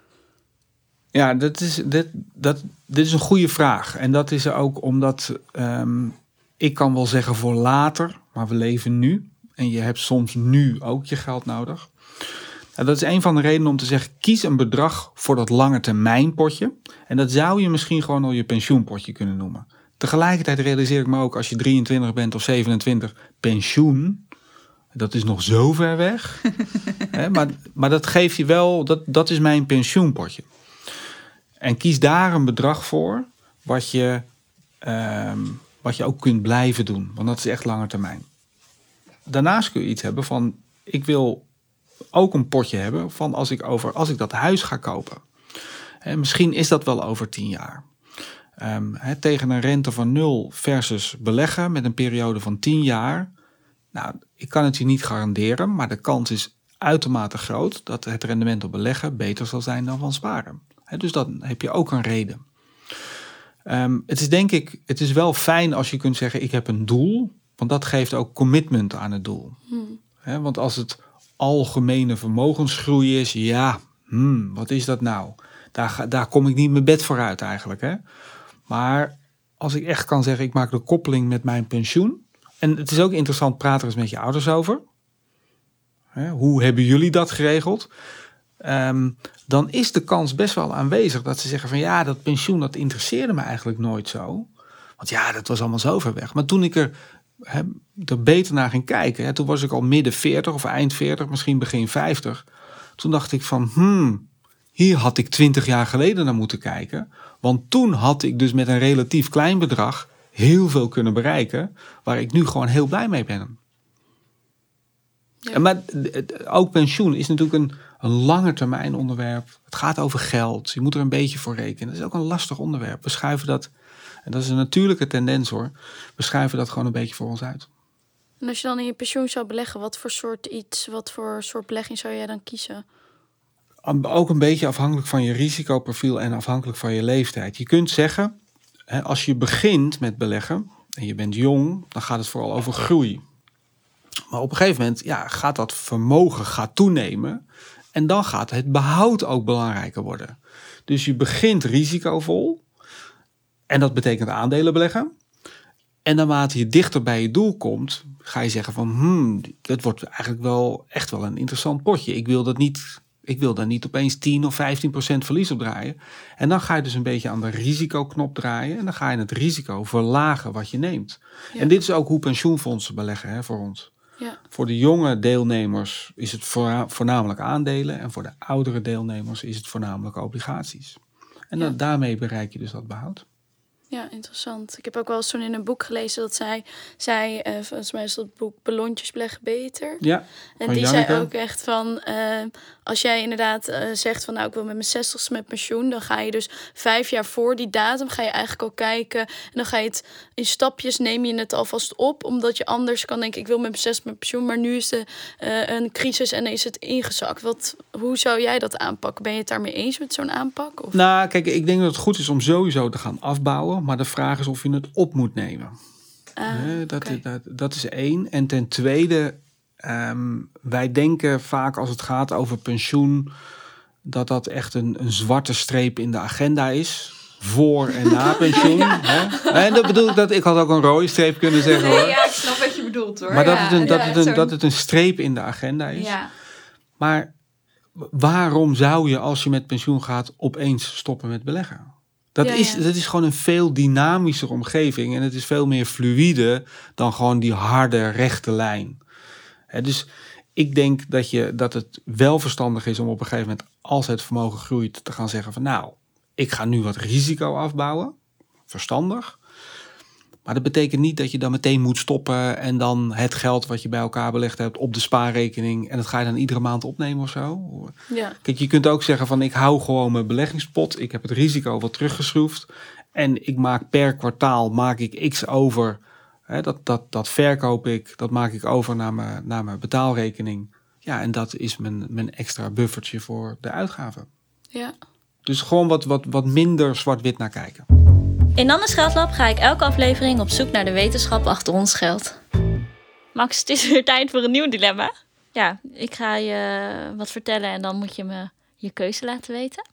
Speaker 3: Ja, dat is, dit, dat, dit is een goede vraag. En dat is ook omdat, um, ik kan wel zeggen voor later, maar we leven nu. En je hebt soms nu ook je geld nodig. Nou, dat is een van de redenen om te zeggen, kies een bedrag voor dat lange termijn potje. En dat zou je misschien gewoon al je pensioenpotje kunnen noemen. Tegelijkertijd realiseer ik me ook, als je drieëntwintig bent of zevenentwintig, pensioen, dat is nog zo ver weg. He, maar, maar dat geef je wel, dat, dat is mijn pensioenpotje. En kies daar een bedrag voor wat je, um, wat je ook kunt blijven doen. Want dat is echt lange termijn. Daarnaast kun je iets hebben van, ik wil ook een potje hebben van als ik, over, als ik dat huis ga kopen. He, misschien is dat wel over tien jaar. Um, he, tegen een rente van nul versus beleggen met een periode van tien jaar. Nou, ik kan het je niet garanderen, maar de kans is uitermate groot dat het rendement op beleggen beter zal zijn dan van sparen. He, dus dan heb je ook een reden. Um, het is denk ik, het is wel fijn als je kunt zeggen, ik heb een doel. Want dat geeft ook commitment aan het doel. Hmm. He, want als het algemene vermogensgroei is, ja, hmm, wat is dat nou? Daar, daar kom ik niet mijn bed voor uit eigenlijk. Hè? Maar als ik echt kan zeggen, ik maak de koppeling met mijn pensioen. En het is ook interessant, praat er eens met je ouders over. He, hoe hebben jullie dat geregeld? Um, dan is de kans best wel aanwezig dat ze zeggen van ja, dat pensioen dat interesseerde me eigenlijk nooit zo. Want ja, dat was allemaal zo ver weg. Maar toen ik er, he, er beter naar ging kijken, he, toen was ik al midden veertig of eind veertig, misschien begin vijftig. Toen dacht ik van, hmm, hier had ik twintig jaar geleden naar moeten kijken. Want toen had ik dus met een relatief klein bedrag heel veel kunnen bereiken, waar ik nu gewoon heel blij mee ben. Ja. Maar ook pensioen is natuurlijk een, een lange termijn onderwerp. Het gaat over geld. Je moet er een beetje voor rekenen. Dat is ook een lastig onderwerp. We schuiven dat, en dat is een natuurlijke tendens hoor, we schuiven dat gewoon een beetje voor ons uit.
Speaker 1: En als je dan in je pensioen zou beleggen, wat voor soort iets, wat voor soort belegging zou jij dan kiezen?
Speaker 3: Ook een beetje afhankelijk van je risicoprofiel en afhankelijk van je leeftijd. Je kunt zeggen, als je begint met beleggen en je bent jong, dan gaat het vooral over groei. Maar op een gegeven moment ja, gaat dat vermogen gaat toenemen. En dan gaat het behoud ook belangrijker worden. Dus je begint risicovol. En dat betekent aandelen beleggen. En naarmate je dichter bij je doel komt, ga je zeggen van, hmm, dat wordt eigenlijk wel echt wel een interessant potje. Ik wil dat niet, ik wil daar niet opeens tien of vijftien procent verlies op draaien. En dan ga je dus een beetje aan de risicoknop draaien. En dan ga je het risico verlagen wat je neemt. Ja. En dit is ook hoe pensioenfondsen beleggen hè, voor ons. Ja. Voor de jonge deelnemers is het voornamelijk aandelen. En voor de oudere deelnemers is het voornamelijk obligaties. En dan, ja. daarmee bereik je dus dat behoud.
Speaker 1: Ja, interessant. Ik heb ook wel eens toen in een boek gelezen dat zij, zij uh, volgens mij is dat boek Ballotjes beleggen beter.
Speaker 3: Ja,
Speaker 1: en die Janneke. Zei ook echt van, uh, als jij inderdaad uh, zegt van nou ik wil met mijn zestigste met pensioen, dan ga je dus vijf jaar voor die datum ga je eigenlijk al kijken en dan ga je het in stapjes neem je het alvast op, omdat je anders kan denken ik wil met mijn zestigste met pensioen, maar nu is er uh, een crisis en is het ingezakt. Wat, hoe zou jij dat aanpakken? Ben je het daarmee eens met zo'n aanpak? Of?
Speaker 3: Nou, kijk, ik denk dat het goed is om sowieso te gaan afbouwen. Maar de vraag is of je het op moet nemen. Ah, nee, dat, okay. dat, dat is één. En ten tweede, um, wij denken vaak als het gaat over pensioen, dat dat echt een, een zwarte streep in de agenda is. Voor en na pensioen. ja. Hè? En dat bedoel ik dat ik had ook een rode streep kunnen zeggen.
Speaker 2: Nee,
Speaker 3: hoor.
Speaker 2: ja, ik snap wat je bedoelt hoor.
Speaker 3: Maar dat,
Speaker 2: ja,
Speaker 3: het een, dat,
Speaker 2: ja,
Speaker 3: het een, dat het een streep in de agenda is.
Speaker 2: Ja.
Speaker 3: Maar waarom zou je als je met pensioen gaat opeens stoppen met beleggen? Dat, ja, is, ja. dat is gewoon een veel dynamischer omgeving. En het is veel meer fluïde dan gewoon die harde, rechte lijn. He, dus ik denk dat, je, dat het wel verstandig is om op een gegeven moment, als het vermogen groeit, te gaan zeggen van nou, ik ga nu wat risico afbouwen. Verstandig. Maar dat betekent niet dat je dan meteen moet stoppen en dan het geld wat je bij elkaar belegd hebt op de spaarrekening en dat ga je dan iedere maand opnemen of zo.
Speaker 1: Ja.
Speaker 3: Kijk, je kunt ook zeggen van ik hou gewoon mijn beleggingspot. Ik heb het risico wat teruggeschroefd en ik maak per kwartaal maak ik x over. Hè, dat, dat, dat verkoop ik, dat maak ik over naar mijn, naar mijn betaalrekening. Ja, en dat is mijn, mijn extra buffertje voor de uitgaven.
Speaker 1: Ja.
Speaker 3: Dus gewoon wat, wat, wat minder zwart-wit naar kijken.
Speaker 7: In Nannes Geldlab ga ik elke aflevering op zoek naar de wetenschap achter ons geld. Max, het is weer tijd voor een nieuw dilemma. Ja, ik ga je wat vertellen en dan moet je me je keuze laten weten.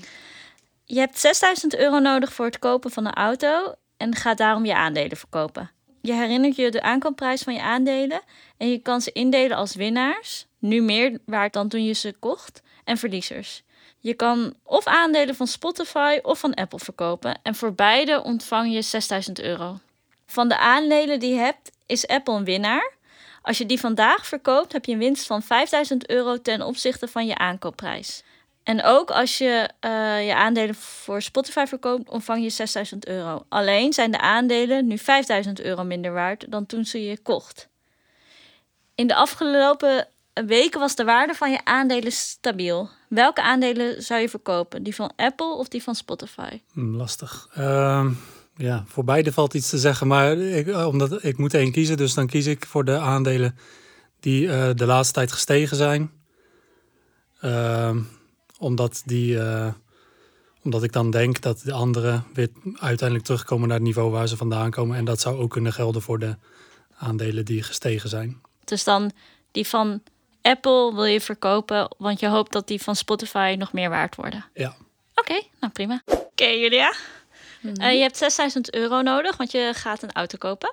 Speaker 7: Je hebt zesduizend euro nodig voor het kopen van een auto en gaat daarom je aandelen verkopen. Je herinnert je de aankoopprijs van je aandelen en je kan ze indelen als winnaars, nu meer waard dan toen je ze kocht, en verliezers. Je kan of aandelen van Spotify of van Apple verkopen en voor beide ontvang je zesduizend euro. Van de aandelen die je hebt is Apple een winnaar. Als je die vandaag verkoopt heb je een winst van vijfduizend euro ten opzichte van je aankoopprijs. En ook als je uh, je aandelen voor Spotify verkoopt ontvang je zesduizend euro. Alleen zijn de aandelen nu vijfduizend euro minder waard dan toen ze je kocht. In de afgelopen weken was de waarde van je aandelen stabiel. Welke aandelen zou je verkopen? Die van Apple of die van Spotify?
Speaker 4: Lastig. Uh, ja, voor beide valt iets te zeggen. Maar ik, omdat ik moet één kiezen, dus dan kies ik voor de aandelen die uh, de laatste tijd gestegen zijn. Uh, omdat, die, uh, omdat ik dan denk dat de anderen weer uiteindelijk terugkomen naar het niveau waar ze vandaan komen. En dat zou ook kunnen gelden voor de aandelen die gestegen zijn.
Speaker 7: Dus dan die van Apple wil je verkopen, want je hoopt dat die van Spotify nog meer waard worden.
Speaker 4: Ja.
Speaker 7: Oké, okay, nou prima. Oké, okay, Julia. Mm-hmm. Uh, je hebt zesduizend euro nodig, want je gaat een auto kopen.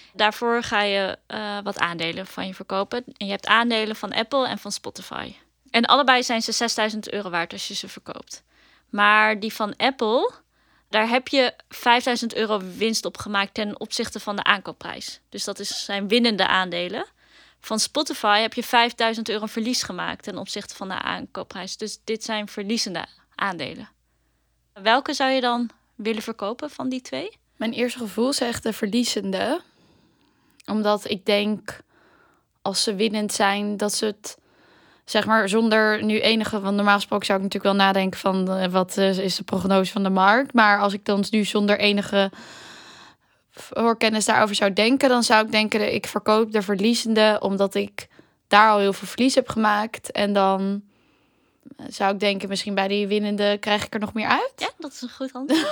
Speaker 7: Daarvoor ga je uh, wat aandelen van je verkopen. En je hebt aandelen van Apple en van Spotify. En allebei zijn ze zesduizend euro waard als je ze verkoopt. Maar die van Apple, daar heb je vijfduizend euro winst op gemaakt ten opzichte van de aankoopprijs. Dus dat is, zijn winnende aandelen. Van Spotify heb je vijfduizend euro verlies gemaakt ten opzichte van de aankoopprijs. Dus dit zijn verliezende aandelen. Welke zou je dan willen verkopen van die twee?
Speaker 1: Mijn eerste gevoel zegt de verliezende. Omdat ik denk, als ze winnend zijn, dat ze het, zeg maar, zonder nu enige... Want normaal gesproken zou ik natuurlijk wel nadenken van, uh, wat uh, is de prognose van de markt. Maar als ik dan nu zonder enige voorkennis daarover zou denken, dan zou ik denken, ik verkoop de verliezende, omdat ik daar al heel veel verlies heb gemaakt. En dan zou ik denken, misschien bij die winnende krijg ik er nog meer uit.
Speaker 7: Ja, dat is een goed antwoord.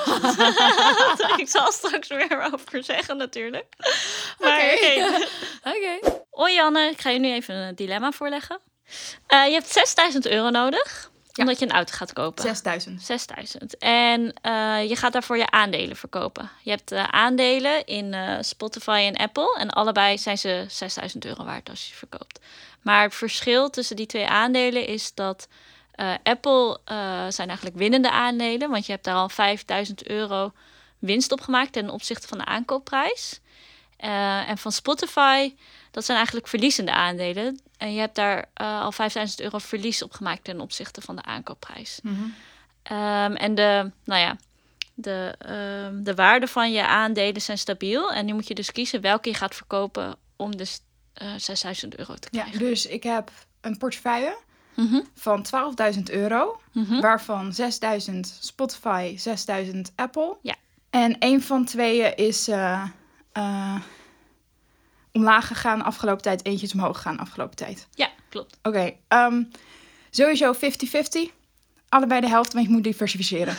Speaker 7: Ik zal straks weer over zeggen natuurlijk. Maar oké.
Speaker 1: Oké. Okay.
Speaker 7: Hoi Janne, ik ga je nu even een dilemma voorleggen. Uh, je hebt zesduizend euro nodig, ja, omdat je een auto gaat kopen.
Speaker 2: zesduizend.
Speaker 7: zesduizend. En uh, je gaat daarvoor je aandelen verkopen. Je hebt uh, aandelen in uh, Spotify en Apple. En allebei zijn ze zesduizend euro waard als je verkoopt. Maar het verschil tussen die twee aandelen is dat Uh, Apple uh, zijn eigenlijk winnende aandelen, want je hebt daar al vijfduizend euro winst op gemaakt ten opzichte van de aankoopprijs. Uh, en van Spotify, dat zijn eigenlijk verliezende aandelen. En je hebt daar uh, al vijfduizend euro verlies op gemaakt ten opzichte van de aankoopprijs. Mm-hmm. Um, en de, nou ja, de, um, de waarde van je aandelen zijn stabiel. En nu moet je dus kiezen welke je gaat verkopen om dus uh, zesduizend euro te krijgen.
Speaker 2: Ja, dus ik heb een portefeuille
Speaker 7: Mm-hmm.
Speaker 2: van twaalfduizend euro,
Speaker 7: mm-hmm.
Speaker 2: waarvan zesduizend Spotify, zesduizend Apple.
Speaker 7: Ja.
Speaker 2: En een van tweeën is uh, uh, omlaag gegaan afgelopen tijd, eentje is omhoog gegaan afgelopen tijd.
Speaker 7: Ja, klopt.
Speaker 2: Oké, okay, um, sowieso vijftig vijftig. Allebei de helft, want je moet diversificeren.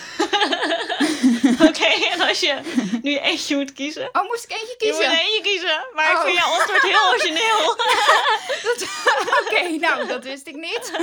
Speaker 7: Oké, okay, en als je nu eentje moet kiezen?
Speaker 2: Oh, moest ik eentje kiezen?
Speaker 7: Je moet eentje kiezen, maar
Speaker 2: oh.
Speaker 7: ik vind jouw antwoord heel origineel.
Speaker 2: Oké, okay, nou, dat wist ik niet.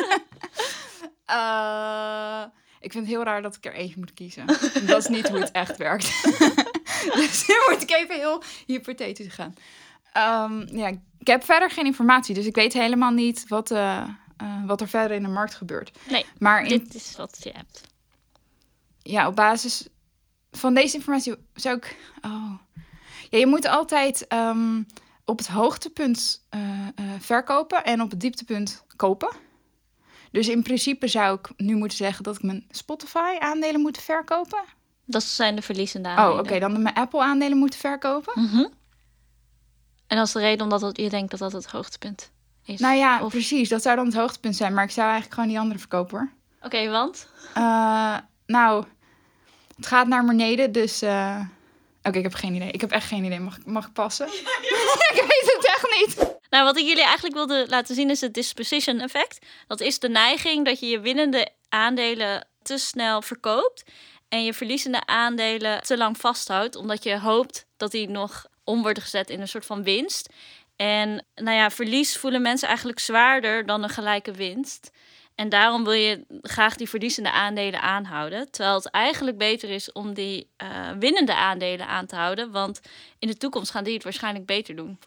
Speaker 2: uh, ik vind het heel raar dat ik er eentje moet kiezen. Dat is niet hoe het echt werkt. Dus nu moet ik even heel hypothetisch gaan. Um, ja, ik heb verder geen informatie, dus ik weet helemaal niet wat, uh, uh, wat er verder in de markt gebeurt.
Speaker 7: Nee,
Speaker 2: maar in,
Speaker 7: dit is wat je hebt.
Speaker 2: Ja, op basis van deze informatie zou ik... Oh. Ja, je moet altijd um, op het hoogtepunt uh, uh, verkopen en op het dieptepunt kopen. Dus in principe zou ik nu moeten zeggen dat ik mijn Spotify-aandelen moet verkopen.
Speaker 7: Dat zijn de verliezende aandelen.
Speaker 2: Oh, oké. Okay, dan mijn Apple-aandelen moeten verkopen.
Speaker 7: Mm-hmm. En dat is de reden omdat je denkt dat dat het hoogtepunt is?
Speaker 2: Nou ja,
Speaker 7: of...
Speaker 2: precies. Dat zou dan het hoogtepunt zijn. Maar ik zou eigenlijk gewoon die andere verkopen, hoor.
Speaker 7: Oké, okay, want?
Speaker 2: Uh, nou, het gaat naar beneden, dus... Uh... Oké, okay, ik heb geen idee. Ik heb echt geen idee. Mag, mag ik passen? Ja, ik weet het echt niet.
Speaker 7: Nou, wat ik jullie eigenlijk wilde laten zien is het disposition effect. Dat is de neiging dat je je winnende aandelen te snel verkoopt en je verliezende aandelen te lang vasthoudt, omdat je hoopt dat die nog om worden gezet in een soort van winst. En nou ja, verlies voelen mensen eigenlijk zwaarder dan een gelijke winst. En daarom wil je graag die verliezende aandelen aanhouden. Terwijl het eigenlijk beter is om die uh, winnende aandelen aan te houden. Want in de toekomst gaan die het waarschijnlijk beter doen.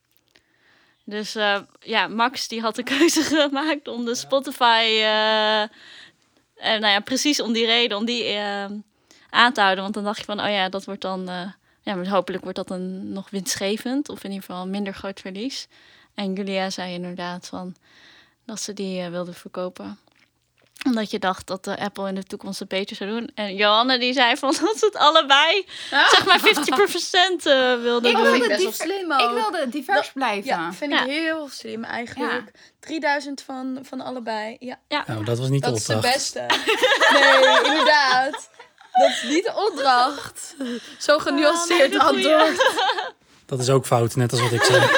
Speaker 7: Dus uh, ja, Max die had de keuze gemaakt om de Spotify... Uh, en nou ja, precies om die reden, om die uh, aan te houden. Want dan dacht je van, oh ja, dat wordt dan... Uh, ja, maar hopelijk wordt dat een nog winstgevend. Of in ieder geval een minder groot verlies. En Julia zei inderdaad van... dat ze die uh, wilde verkopen. Omdat je dacht dat uh, Apple in de toekomst het beter zou doen. En Johanne die zei van dat ze het allebei, ah. zeg maar vijftig procent uh, wilde
Speaker 1: ik
Speaker 7: doen.
Speaker 1: wilde best wel slim ook.
Speaker 2: Ik wilde divers dat, blijven.
Speaker 1: Ja, vind
Speaker 7: ja.
Speaker 1: ik heel slim eigenlijk. Ja. drieduizend van, van allebei. Ja.
Speaker 7: Ja.
Speaker 4: Nou, dat was niet
Speaker 1: dat
Speaker 4: de opdracht.
Speaker 1: Dat is de beste. Nee, inderdaad. Dat is niet de opdracht. Zo genuanceerd oh, nee, antwoord.
Speaker 4: Dat is ook fout, net als wat ik zei.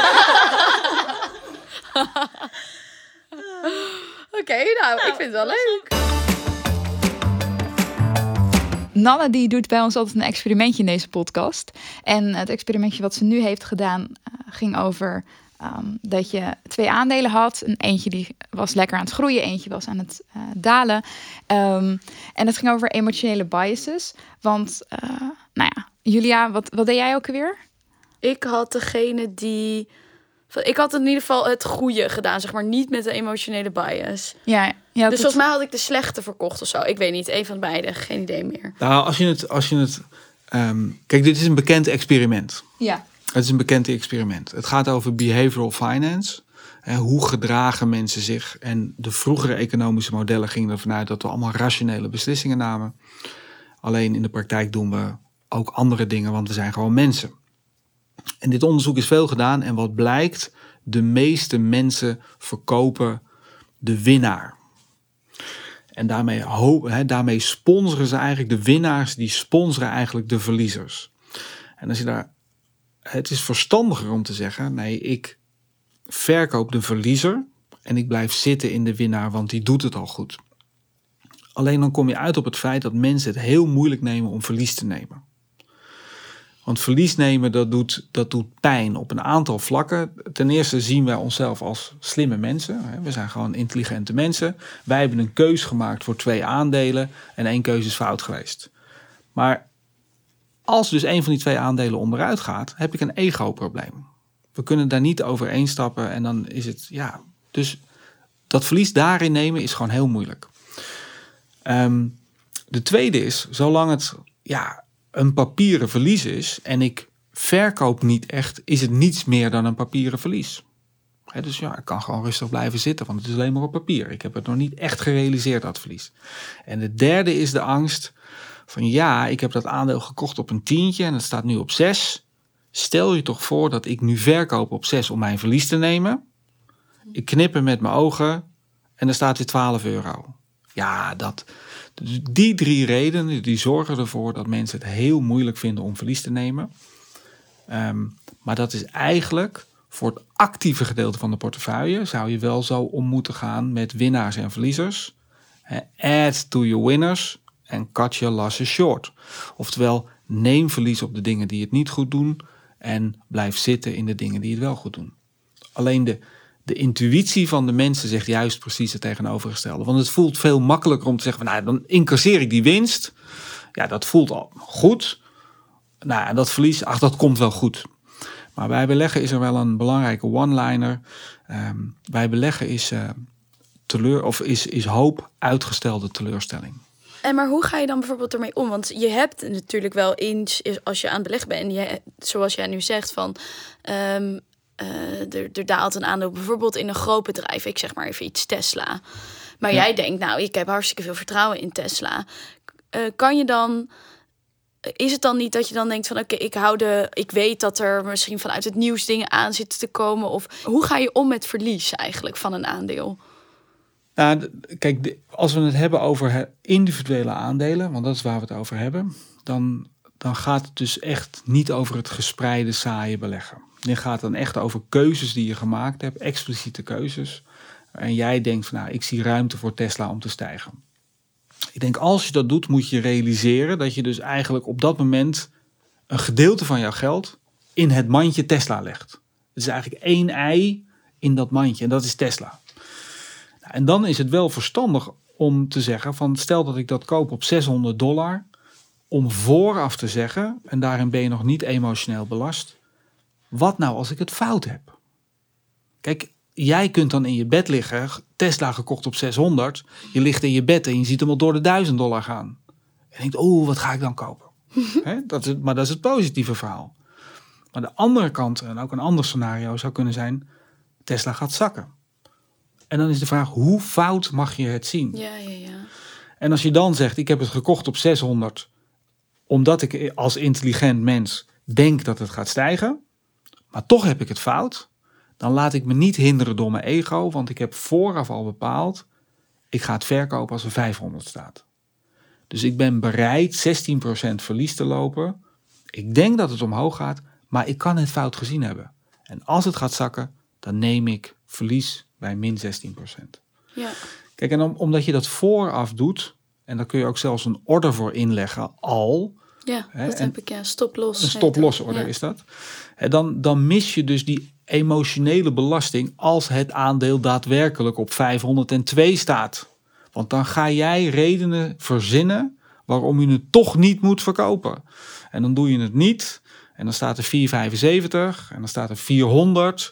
Speaker 1: Oké, okay, nou, nou, ik vind het wel leuk.
Speaker 2: Nanne die doet bij ons altijd een experimentje in deze podcast. En het experimentje wat ze nu heeft gedaan uh, ging over um, dat je twee aandelen had. En eentje die was lekker aan het groeien, eentje was aan het uh, dalen. Um, en het ging over emotionele biases. Want, uh, nou ja, Julia, wat, wat deed jij ook alweer?
Speaker 1: Ik had degene die Ik had in ieder geval het goede gedaan, zeg maar. Niet met de emotionele bias.
Speaker 2: Ja, ja,
Speaker 1: dus volgens mij had ik de slechte verkocht of zo. Ik weet niet, een van beide. Geen idee meer.
Speaker 3: Nou, als je het... Als je het um, kijk, dit is een bekend experiment.
Speaker 2: Ja.
Speaker 3: Het is een bekend experiment. Het gaat over behavioral finance. Hè, hoe gedragen mensen zich? En de vroegere economische modellen gingen ervan uit dat we allemaal rationele beslissingen namen. Alleen in de praktijk doen we ook andere dingen, want we zijn gewoon mensen. En dit onderzoek is veel gedaan en wat blijkt, de meeste mensen verkopen de winnaar. En daarmee, he, daarmee sponsoren ze eigenlijk de winnaars, die sponsoren eigenlijk de verliezers. En als je daar, het is verstandiger om te zeggen, nee, ik verkoop de verliezer en ik blijf zitten in de winnaar, want die doet het al goed. Alleen dan kom je uit op het feit dat mensen het heel moeilijk nemen om verlies te nemen. Want verlies nemen, dat doet, dat doet pijn op een aantal vlakken. Ten eerste zien wij onszelf als slimme mensen. We zijn gewoon intelligente mensen. Wij hebben een keus gemaakt voor twee aandelen en één keuze is fout geweest. Maar als dus een van die twee aandelen onderuit gaat, heb ik een ego-probleem. We kunnen daar niet overheen stappen en dan is het, ja. Dus dat verlies daarin nemen is gewoon heel moeilijk. Um, de tweede is, zolang het, ja, een papieren verlies is en ik verkoop niet echt, is het niets meer dan een papieren verlies. He, dus ja, ik kan gewoon rustig blijven zitten, want het is alleen maar op papier. Ik heb het nog niet echt gerealiseerd, dat verlies. En de derde is de angst van ja, ik heb dat aandeel gekocht op een tientje en het staat nu op zes. Stel je toch voor dat ik nu verkoop op zes om mijn verlies te nemen. Ik knip er met mijn ogen en er staat weer twaalf euro. Ja, dat... Die drie redenen die zorgen ervoor dat mensen het heel moeilijk vinden om verlies te nemen. Um, maar dat is eigenlijk voor het actieve gedeelte van de portefeuille zou je wel zo om moeten gaan met winnaars en verliezers. Add to your winners and cut your losses short. Oftewel, neem verlies op de dingen die het niet goed doen en blijf zitten in de dingen die het wel goed doen. Alleen de De intuïtie van de mensen zegt juist precies het tegenovergestelde. Want het voelt veel makkelijker om te zeggen, nou, dan incasseer ik die winst. Ja, dat voelt al goed. Nou, en dat verlies, ach, dat komt wel goed. Maar bij beleggen is er wel een belangrijke one-liner. Um, bij beleggen is, uh, teleur, of is, is hoop uitgestelde teleurstelling.
Speaker 1: En maar hoe ga je dan bijvoorbeeld ermee om? Want je hebt natuurlijk wel eens, als je aan het beleggen bent, je, zoals jij nu zegt, van... Um, Uh, er, er daalt een aandeel bijvoorbeeld in een groot bedrijf. Ik zeg maar even iets, Tesla. Maar ja. Jij denkt, nou, ik heb hartstikke veel vertrouwen in Tesla. Uh, kan je dan... Is het dan niet dat je dan denkt van... oké, okay, ik hou de... Ik weet dat er misschien vanuit het nieuws dingen aan zitten te komen. Of hoe ga je om met verlies eigenlijk van een aandeel?
Speaker 3: Nou, kijk, als we het hebben over individuele aandelen... want dat is waar we het over hebben... dan, dan gaat het dus echt niet over het gespreide, saaie beleggen. Dit gaat dan echt over keuzes die je gemaakt hebt, expliciete keuzes. En jij denkt van, nou, ik zie ruimte voor Tesla om te stijgen. Ik denk, als je dat doet, moet je realiseren dat je dus eigenlijk op dat moment een gedeelte van jouw geld in het mandje Tesla legt. Het is eigenlijk één ei in dat mandje en dat is Tesla. Nou, en dan is het wel verstandig om te zeggen van, stel dat ik dat koop op zeshonderd dollar, om vooraf te zeggen, en daarin ben je nog niet emotioneel belast, wat nou als ik het fout heb? Kijk, jij kunt dan in je bed liggen, Tesla gekocht op zeshonderd. Je ligt in je bed en je ziet hem al door de duizend dollar gaan. En je denkt, oh, wat ga ik dan kopen? He, dat is het, maar dat is het positieve verhaal. Maar de andere kant, en ook een ander scenario zou kunnen zijn, Tesla gaat zakken. En dan is de vraag, hoe fout mag je het zien?
Speaker 1: Ja, ja, ja.
Speaker 3: En als je dan zegt, ik heb het gekocht op zeshonderd, omdat ik als intelligent mens denk dat het gaat stijgen, maar toch heb ik het fout, dan laat ik me niet hinderen door mijn ego, want ik heb vooraf al bepaald, ik ga het verkopen als er vijfhonderd staat. Dus ik ben bereid zestien procent verlies te lopen. Ik denk dat het omhoog gaat, maar ik kan het fout gezien hebben. En als het gaat zakken, dan neem ik verlies bij min zestien procent.
Speaker 1: Ja.
Speaker 3: Kijk, en om, omdat je dat vooraf doet, en daar kun je ook zelfs een order voor inleggen al.
Speaker 1: Ja, hè, dat heb ik, ja. Stop-loss.
Speaker 3: Een stop-loss order ja. is dat. En dan, dan mis je dus die emotionele belasting als het aandeel daadwerkelijk op vijfhonderdtwee staat. Want dan ga jij redenen verzinnen waarom je het toch niet moet verkopen. En dan doe je het niet. En dan staat er vier vijfenzeventig en dan staat er vierhonderd.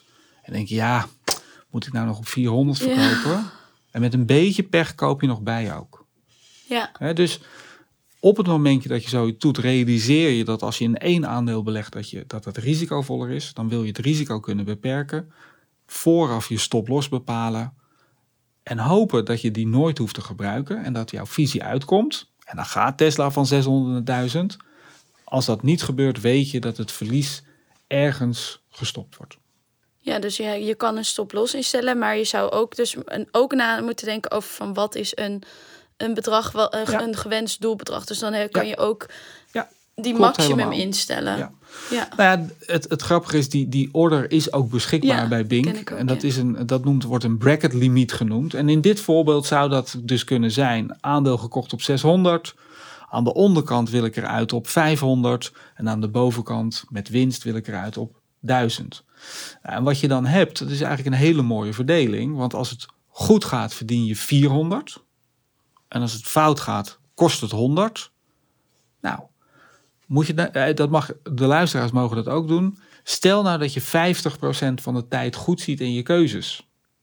Speaker 3: En denk je, ja, moet ik nou nog op vierhonderd verkopen? Ja. En met een beetje pech koop je nog bij ook.
Speaker 1: Ja.
Speaker 3: He, dus op het momentje dat je zoiets doet, realiseer je dat als je in één aandeel belegt, dat, je, dat het risicovoller is. Dan wil je het risico kunnen beperken. Vooraf je stop-loss bepalen. En hopen dat je die nooit hoeft te gebruiken. En dat jouw visie uitkomt. En dan gaat Tesla van zeshonderd naar duizend. Als dat niet gebeurt, weet je dat het verlies ergens gestopt wordt.
Speaker 1: Ja, dus je, je kan een stop-loss instellen. Maar je zou ook, dus een, ook na moeten denken over van wat is een, een bedrag, wel, een, ja. een gewenst doelbedrag. Dus dan kan ja. je ook
Speaker 3: ja,
Speaker 1: die maximum helemaal. instellen. Ja.
Speaker 3: Ja. Nou ja, het, het grappige is, die, die order is ook beschikbaar ja, bij Bink. Ook, en dat, ja. is een, dat noemt, wordt een bracket limiet genoemd. En in dit voorbeeld zou dat dus kunnen zijn aandeel gekocht op zeshonderd. Aan de onderkant wil ik eruit op vijfhonderd. En aan de bovenkant met winst wil ik eruit op duizend. En wat je dan hebt, dat is eigenlijk een hele mooie verdeling. Want als het goed gaat, verdien je vierhonderd. En als het fout gaat, kost het honderd. Nou, moet je, dat mag, de luisteraars mogen dat ook doen. Stel nou dat je vijftig procent van de tijd goed ziet in je keuzes.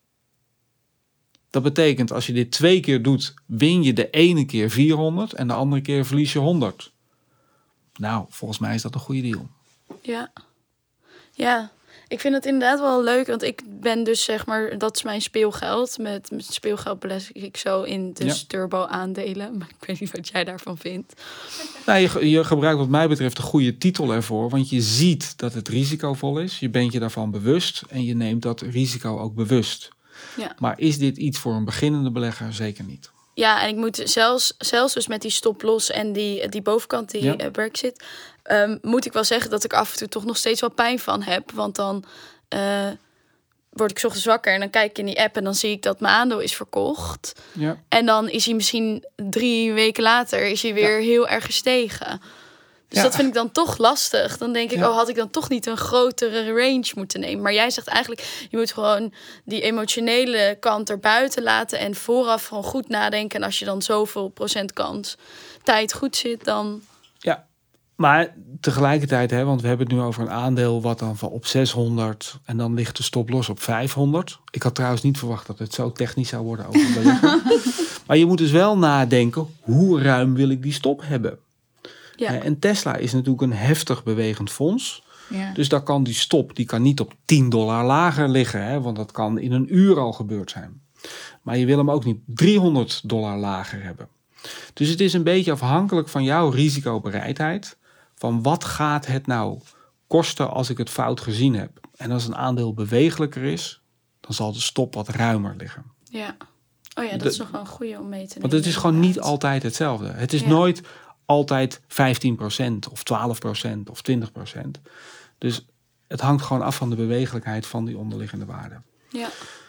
Speaker 3: Dat betekent, als je dit twee keer doet, win je de ene keer vierhonderd en de andere keer verlies je honderd. Nou, volgens mij is dat een goede deal.
Speaker 1: Ja, ja. Ik vind het inderdaad wel leuk, want ik ben dus zeg maar, dat is mijn speelgeld. Met, met speelgeld beleg ik zo in dus ja. turbo-aandelen. Maar ik weet niet wat jij daarvan vindt.
Speaker 3: Nou, je, je gebruikt wat mij betreft een goede titel ervoor. Want je ziet dat het risicovol is. Je bent je daarvan bewust en je neemt dat risico ook bewust. Ja. Maar is dit iets voor een beginnende belegger? Zeker niet.
Speaker 1: Ja, en ik moet zelfs, zelfs dus met die stop-loss en die, die bovenkant, die ja. uh, Brexit... Um, moet ik wel zeggen dat ik af en toe toch nog steeds wel pijn van heb. Want dan uh, word ik 's ochtends wakker en dan kijk ik in die app... en dan zie ik dat mijn aandeel is verkocht. Ja. En dan is hij misschien drie weken later is hij weer ja. heel erg gestegen. Dus ja. dat vind ik dan toch lastig. Dan denk ik, ja. oh, had ik dan toch niet een grotere range moeten nemen. Maar jij zegt eigenlijk, je moet gewoon die emotionele kant erbuiten laten... en vooraf gewoon goed nadenken. En als je dan zoveel procent kans tijd goed zit, dan...
Speaker 3: Ja. Maar tegelijkertijd, hè, want we hebben het nu over een aandeel wat dan van op zeshonderd... en dan ligt de stop-loss op vijfhonderd. Ik had trouwens niet verwacht dat het zo technisch zou worden over beleggen. Maar je moet dus wel nadenken, hoe ruim wil ik die stop hebben? Ja. En Tesla is natuurlijk een heftig bewegend fonds. Ja. Dus daar kan die stop, die kan niet op tien dollar lager liggen. Hè, want dat kan in een uur al gebeurd zijn. Maar je wil hem ook niet driehonderd dollar lager hebben. Dus het is een beetje afhankelijk van jouw risicobereidheid... van wat gaat het nou kosten als ik het fout gezien heb. En als een aandeel bewegelijker is, dan zal de stop wat ruimer liggen.
Speaker 1: Ja, oh ja, dat de, is nog wel een goede om mee te nemen.
Speaker 3: Want het is gewoon niet altijd hetzelfde. Het is ja. nooit altijd vijftien procent of twaalf procent of twintig procent. Dus het hangt gewoon af van de bewegelijkheid van die onderliggende waarden.
Speaker 1: Ja.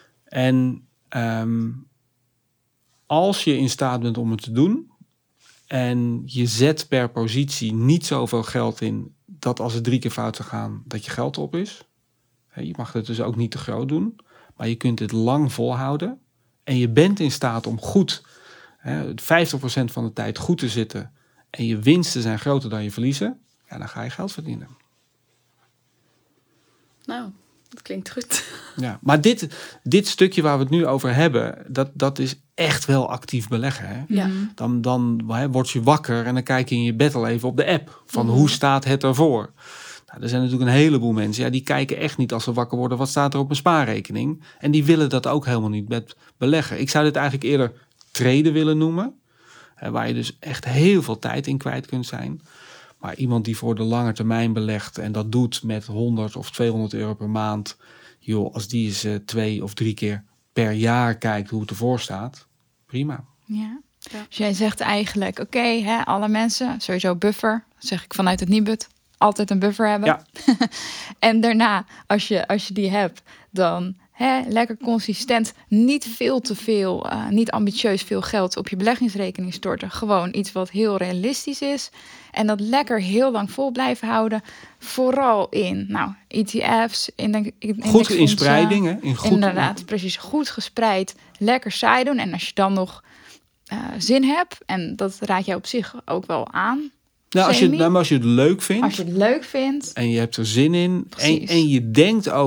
Speaker 3: En um, als je in staat bent om het te doen... en je zet per positie niet zoveel geld in... dat als het drie keer fout zou gaan, dat je geld op is. Je mag het dus ook niet te groot doen. Maar je kunt het lang volhouden. En je bent in staat om goed... vijftig procent van de tijd goed te zitten... en je winsten zijn groter dan je verliezen... ja, dan ga je geld verdienen.
Speaker 1: Nou, dat klinkt goed.
Speaker 3: Ja, maar dit, dit stukje waar we het nu over hebben... dat, dat is echt wel actief beleggen. Hè?
Speaker 1: Ja.
Speaker 3: Dan, dan hè, word je wakker en dan kijk je in je bed al even op de app... van mm-hmm. hoe staat het ervoor? Nou, er zijn natuurlijk een heleboel mensen... Ja, die kijken echt niet als ze wakker worden... wat staat er op een spaarrekening? En die willen dat ook helemaal niet met beleggen. Ik zou dit eigenlijk eerder traden willen noemen... Hè, waar je dus echt heel veel tijd in kwijt kunt zijn... Maar iemand die voor de lange termijn belegt... en dat doet met honderd of tweehonderd euro per maand... joh, als die eens uh, twee of drie keer per jaar kijkt hoe het ervoor staat... prima.
Speaker 2: Ja. Ja. Dus jij zegt eigenlijk, oké, okay, alle mensen... sowieso buffer, zeg ik vanuit het Nibud... altijd een buffer hebben.
Speaker 3: Ja.
Speaker 2: En daarna, als je, als je die hebt, dan... He, lekker consistent, niet veel te veel, uh, niet ambitieus veel geld op je beleggingsrekening storten. Gewoon iets wat heel realistisch is. En dat lekker heel lang vol blijven houden. Vooral in nou, E T F's. In, in,
Speaker 3: goed in spreiding, hè? In goed,
Speaker 2: inderdaad, precies. Goed gespreid, lekker saai doen. En als je dan nog uh, zin hebt, en dat raad jij op zich ook wel aan...
Speaker 3: Nou, als je, nou, als je het leuk vindt.
Speaker 2: Als je het leuk vindt.
Speaker 3: En je hebt er zin in. En, en je denkt ook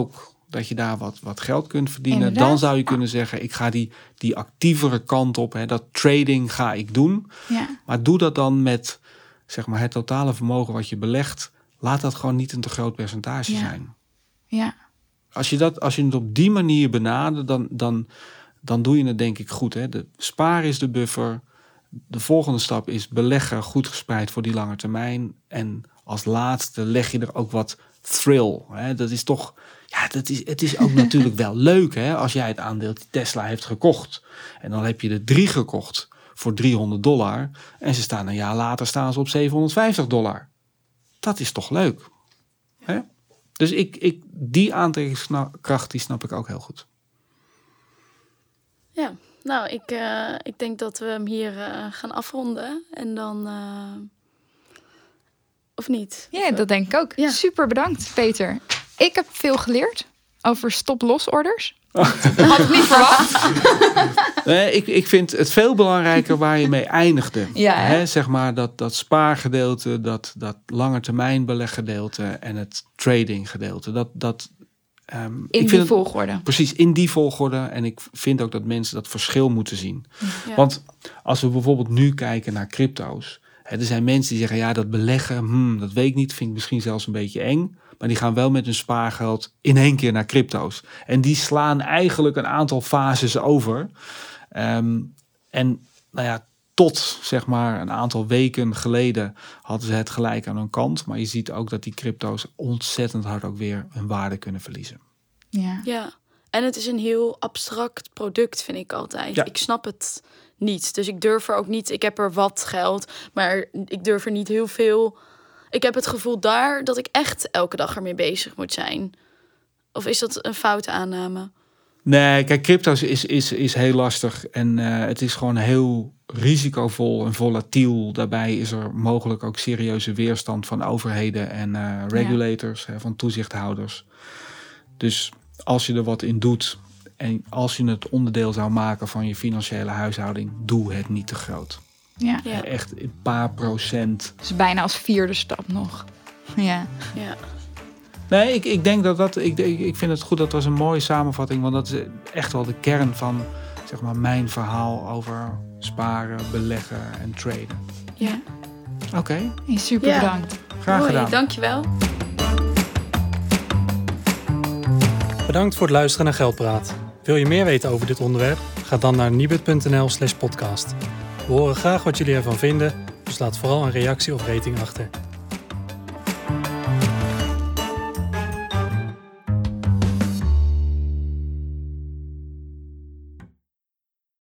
Speaker 3: dat je daar wat, wat geld kunt verdienen.
Speaker 2: Inderdaad.
Speaker 3: Dan zou je kunnen zeggen, ik ga die, die actievere kant op. Hè, dat trading ga ik doen.
Speaker 2: Ja.
Speaker 3: Maar doe dat dan met zeg maar, het totale vermogen wat je belegt. Laat dat gewoon niet een te groot percentage
Speaker 2: Ja.
Speaker 3: zijn.
Speaker 2: Ja.
Speaker 3: Als je, dat, als je het op die manier benadert, dan, dan, dan doe je het denk ik goed. Hè. De spaar is de buffer. De volgende stap is beleggen goed gespreid voor die lange termijn. En als laatste leg je er ook wat thrill. Hè. Dat is toch, ja, dat is, het is ook natuurlijk wel leuk hè, als jij het aandeel Tesla heeft gekocht. En dan heb je er drie gekocht voor driehonderd dollar. En ze staan een jaar later staan ze op zevenhonderdvijftig dollar. Dat is toch leuk. Hè? Dus ik, ik, die aantrekkingskracht die snap ik ook heel goed.
Speaker 1: Ja, nou, ik, uh, ik denk dat we hem hier uh, gaan afronden. En dan... Uh... Of niet?
Speaker 2: Ja, dat denk ik ook.
Speaker 1: Ja.
Speaker 2: Super bedankt, Peter. Ik heb veel geleerd over stop-loss-orders. Dat had ik niet verwacht.
Speaker 3: Nee, ik, ik vind het veel belangrijker waar je mee eindigde.
Speaker 2: Ja, hè?
Speaker 3: Hè, zeg maar dat, dat spaargedeelte, dat, dat langetermijnbeleggedeelte en het tradinggedeelte. Dat, dat, um,
Speaker 2: In
Speaker 3: ik vind
Speaker 2: die
Speaker 3: het,
Speaker 2: volgorde.
Speaker 3: Precies, in die volgorde. En ik vind ook dat mensen dat verschil moeten zien.
Speaker 1: Ja.
Speaker 3: Want als we bijvoorbeeld nu kijken naar crypto's. Hè, er zijn mensen die zeggen, ja, dat beleggen, hmm, dat weet ik niet. Vind ik misschien zelfs een beetje eng. Maar die gaan wel met hun spaargeld in één keer naar crypto's. En die slaan eigenlijk een aantal fases over. Um, en nou ja, tot zeg maar een aantal weken geleden hadden ze het gelijk aan hun kant. Maar je ziet ook dat die crypto's ontzettend hard ook weer hun waarde kunnen verliezen.
Speaker 2: Ja.
Speaker 1: Ja, en het is een heel abstract product, vind ik altijd.
Speaker 3: Ja.
Speaker 1: Ik snap het niet. Dus ik durf er ook niet... Ik heb er wat geld, maar ik durf er niet heel veel... Ik heb het gevoel daar dat ik echt elke dag ermee bezig moet zijn. Of is dat een foute aanname?
Speaker 3: Nee, kijk, crypto's is, is, is heel lastig. En uh, het is gewoon heel risicovol en volatiel. Daarbij is er mogelijk ook serieuze weerstand van overheden en uh, regulators, ja. hè, van toezichthouders. Dus als je er wat in doet en als je het onderdeel zou maken van je financiële huishouding, doe het niet te groot.
Speaker 2: Ja.
Speaker 1: Ja.
Speaker 3: Echt een paar procent.
Speaker 2: Dus bijna als vierde stap nog. Ja.
Speaker 1: Ja.
Speaker 3: Nee, ik, ik denk dat dat... Ik, ik vind het goed, dat was een mooie samenvatting. Want dat is echt wel de kern van zeg maar, mijn verhaal over sparen, beleggen en traden.
Speaker 1: Ja.
Speaker 3: Oké, okay.
Speaker 2: Hey, super
Speaker 1: Ja.
Speaker 2: bedankt.
Speaker 3: graag
Speaker 1: Mooi,
Speaker 3: gedaan.
Speaker 1: dankjewel.
Speaker 4: Bedankt voor het luisteren naar Geldpraat. Wil je meer weten over dit onderwerp? Ga dan naar nibud.nl slash podcast. We horen graag wat jullie ervan vinden, dus laat vooral een reactie of rating achter.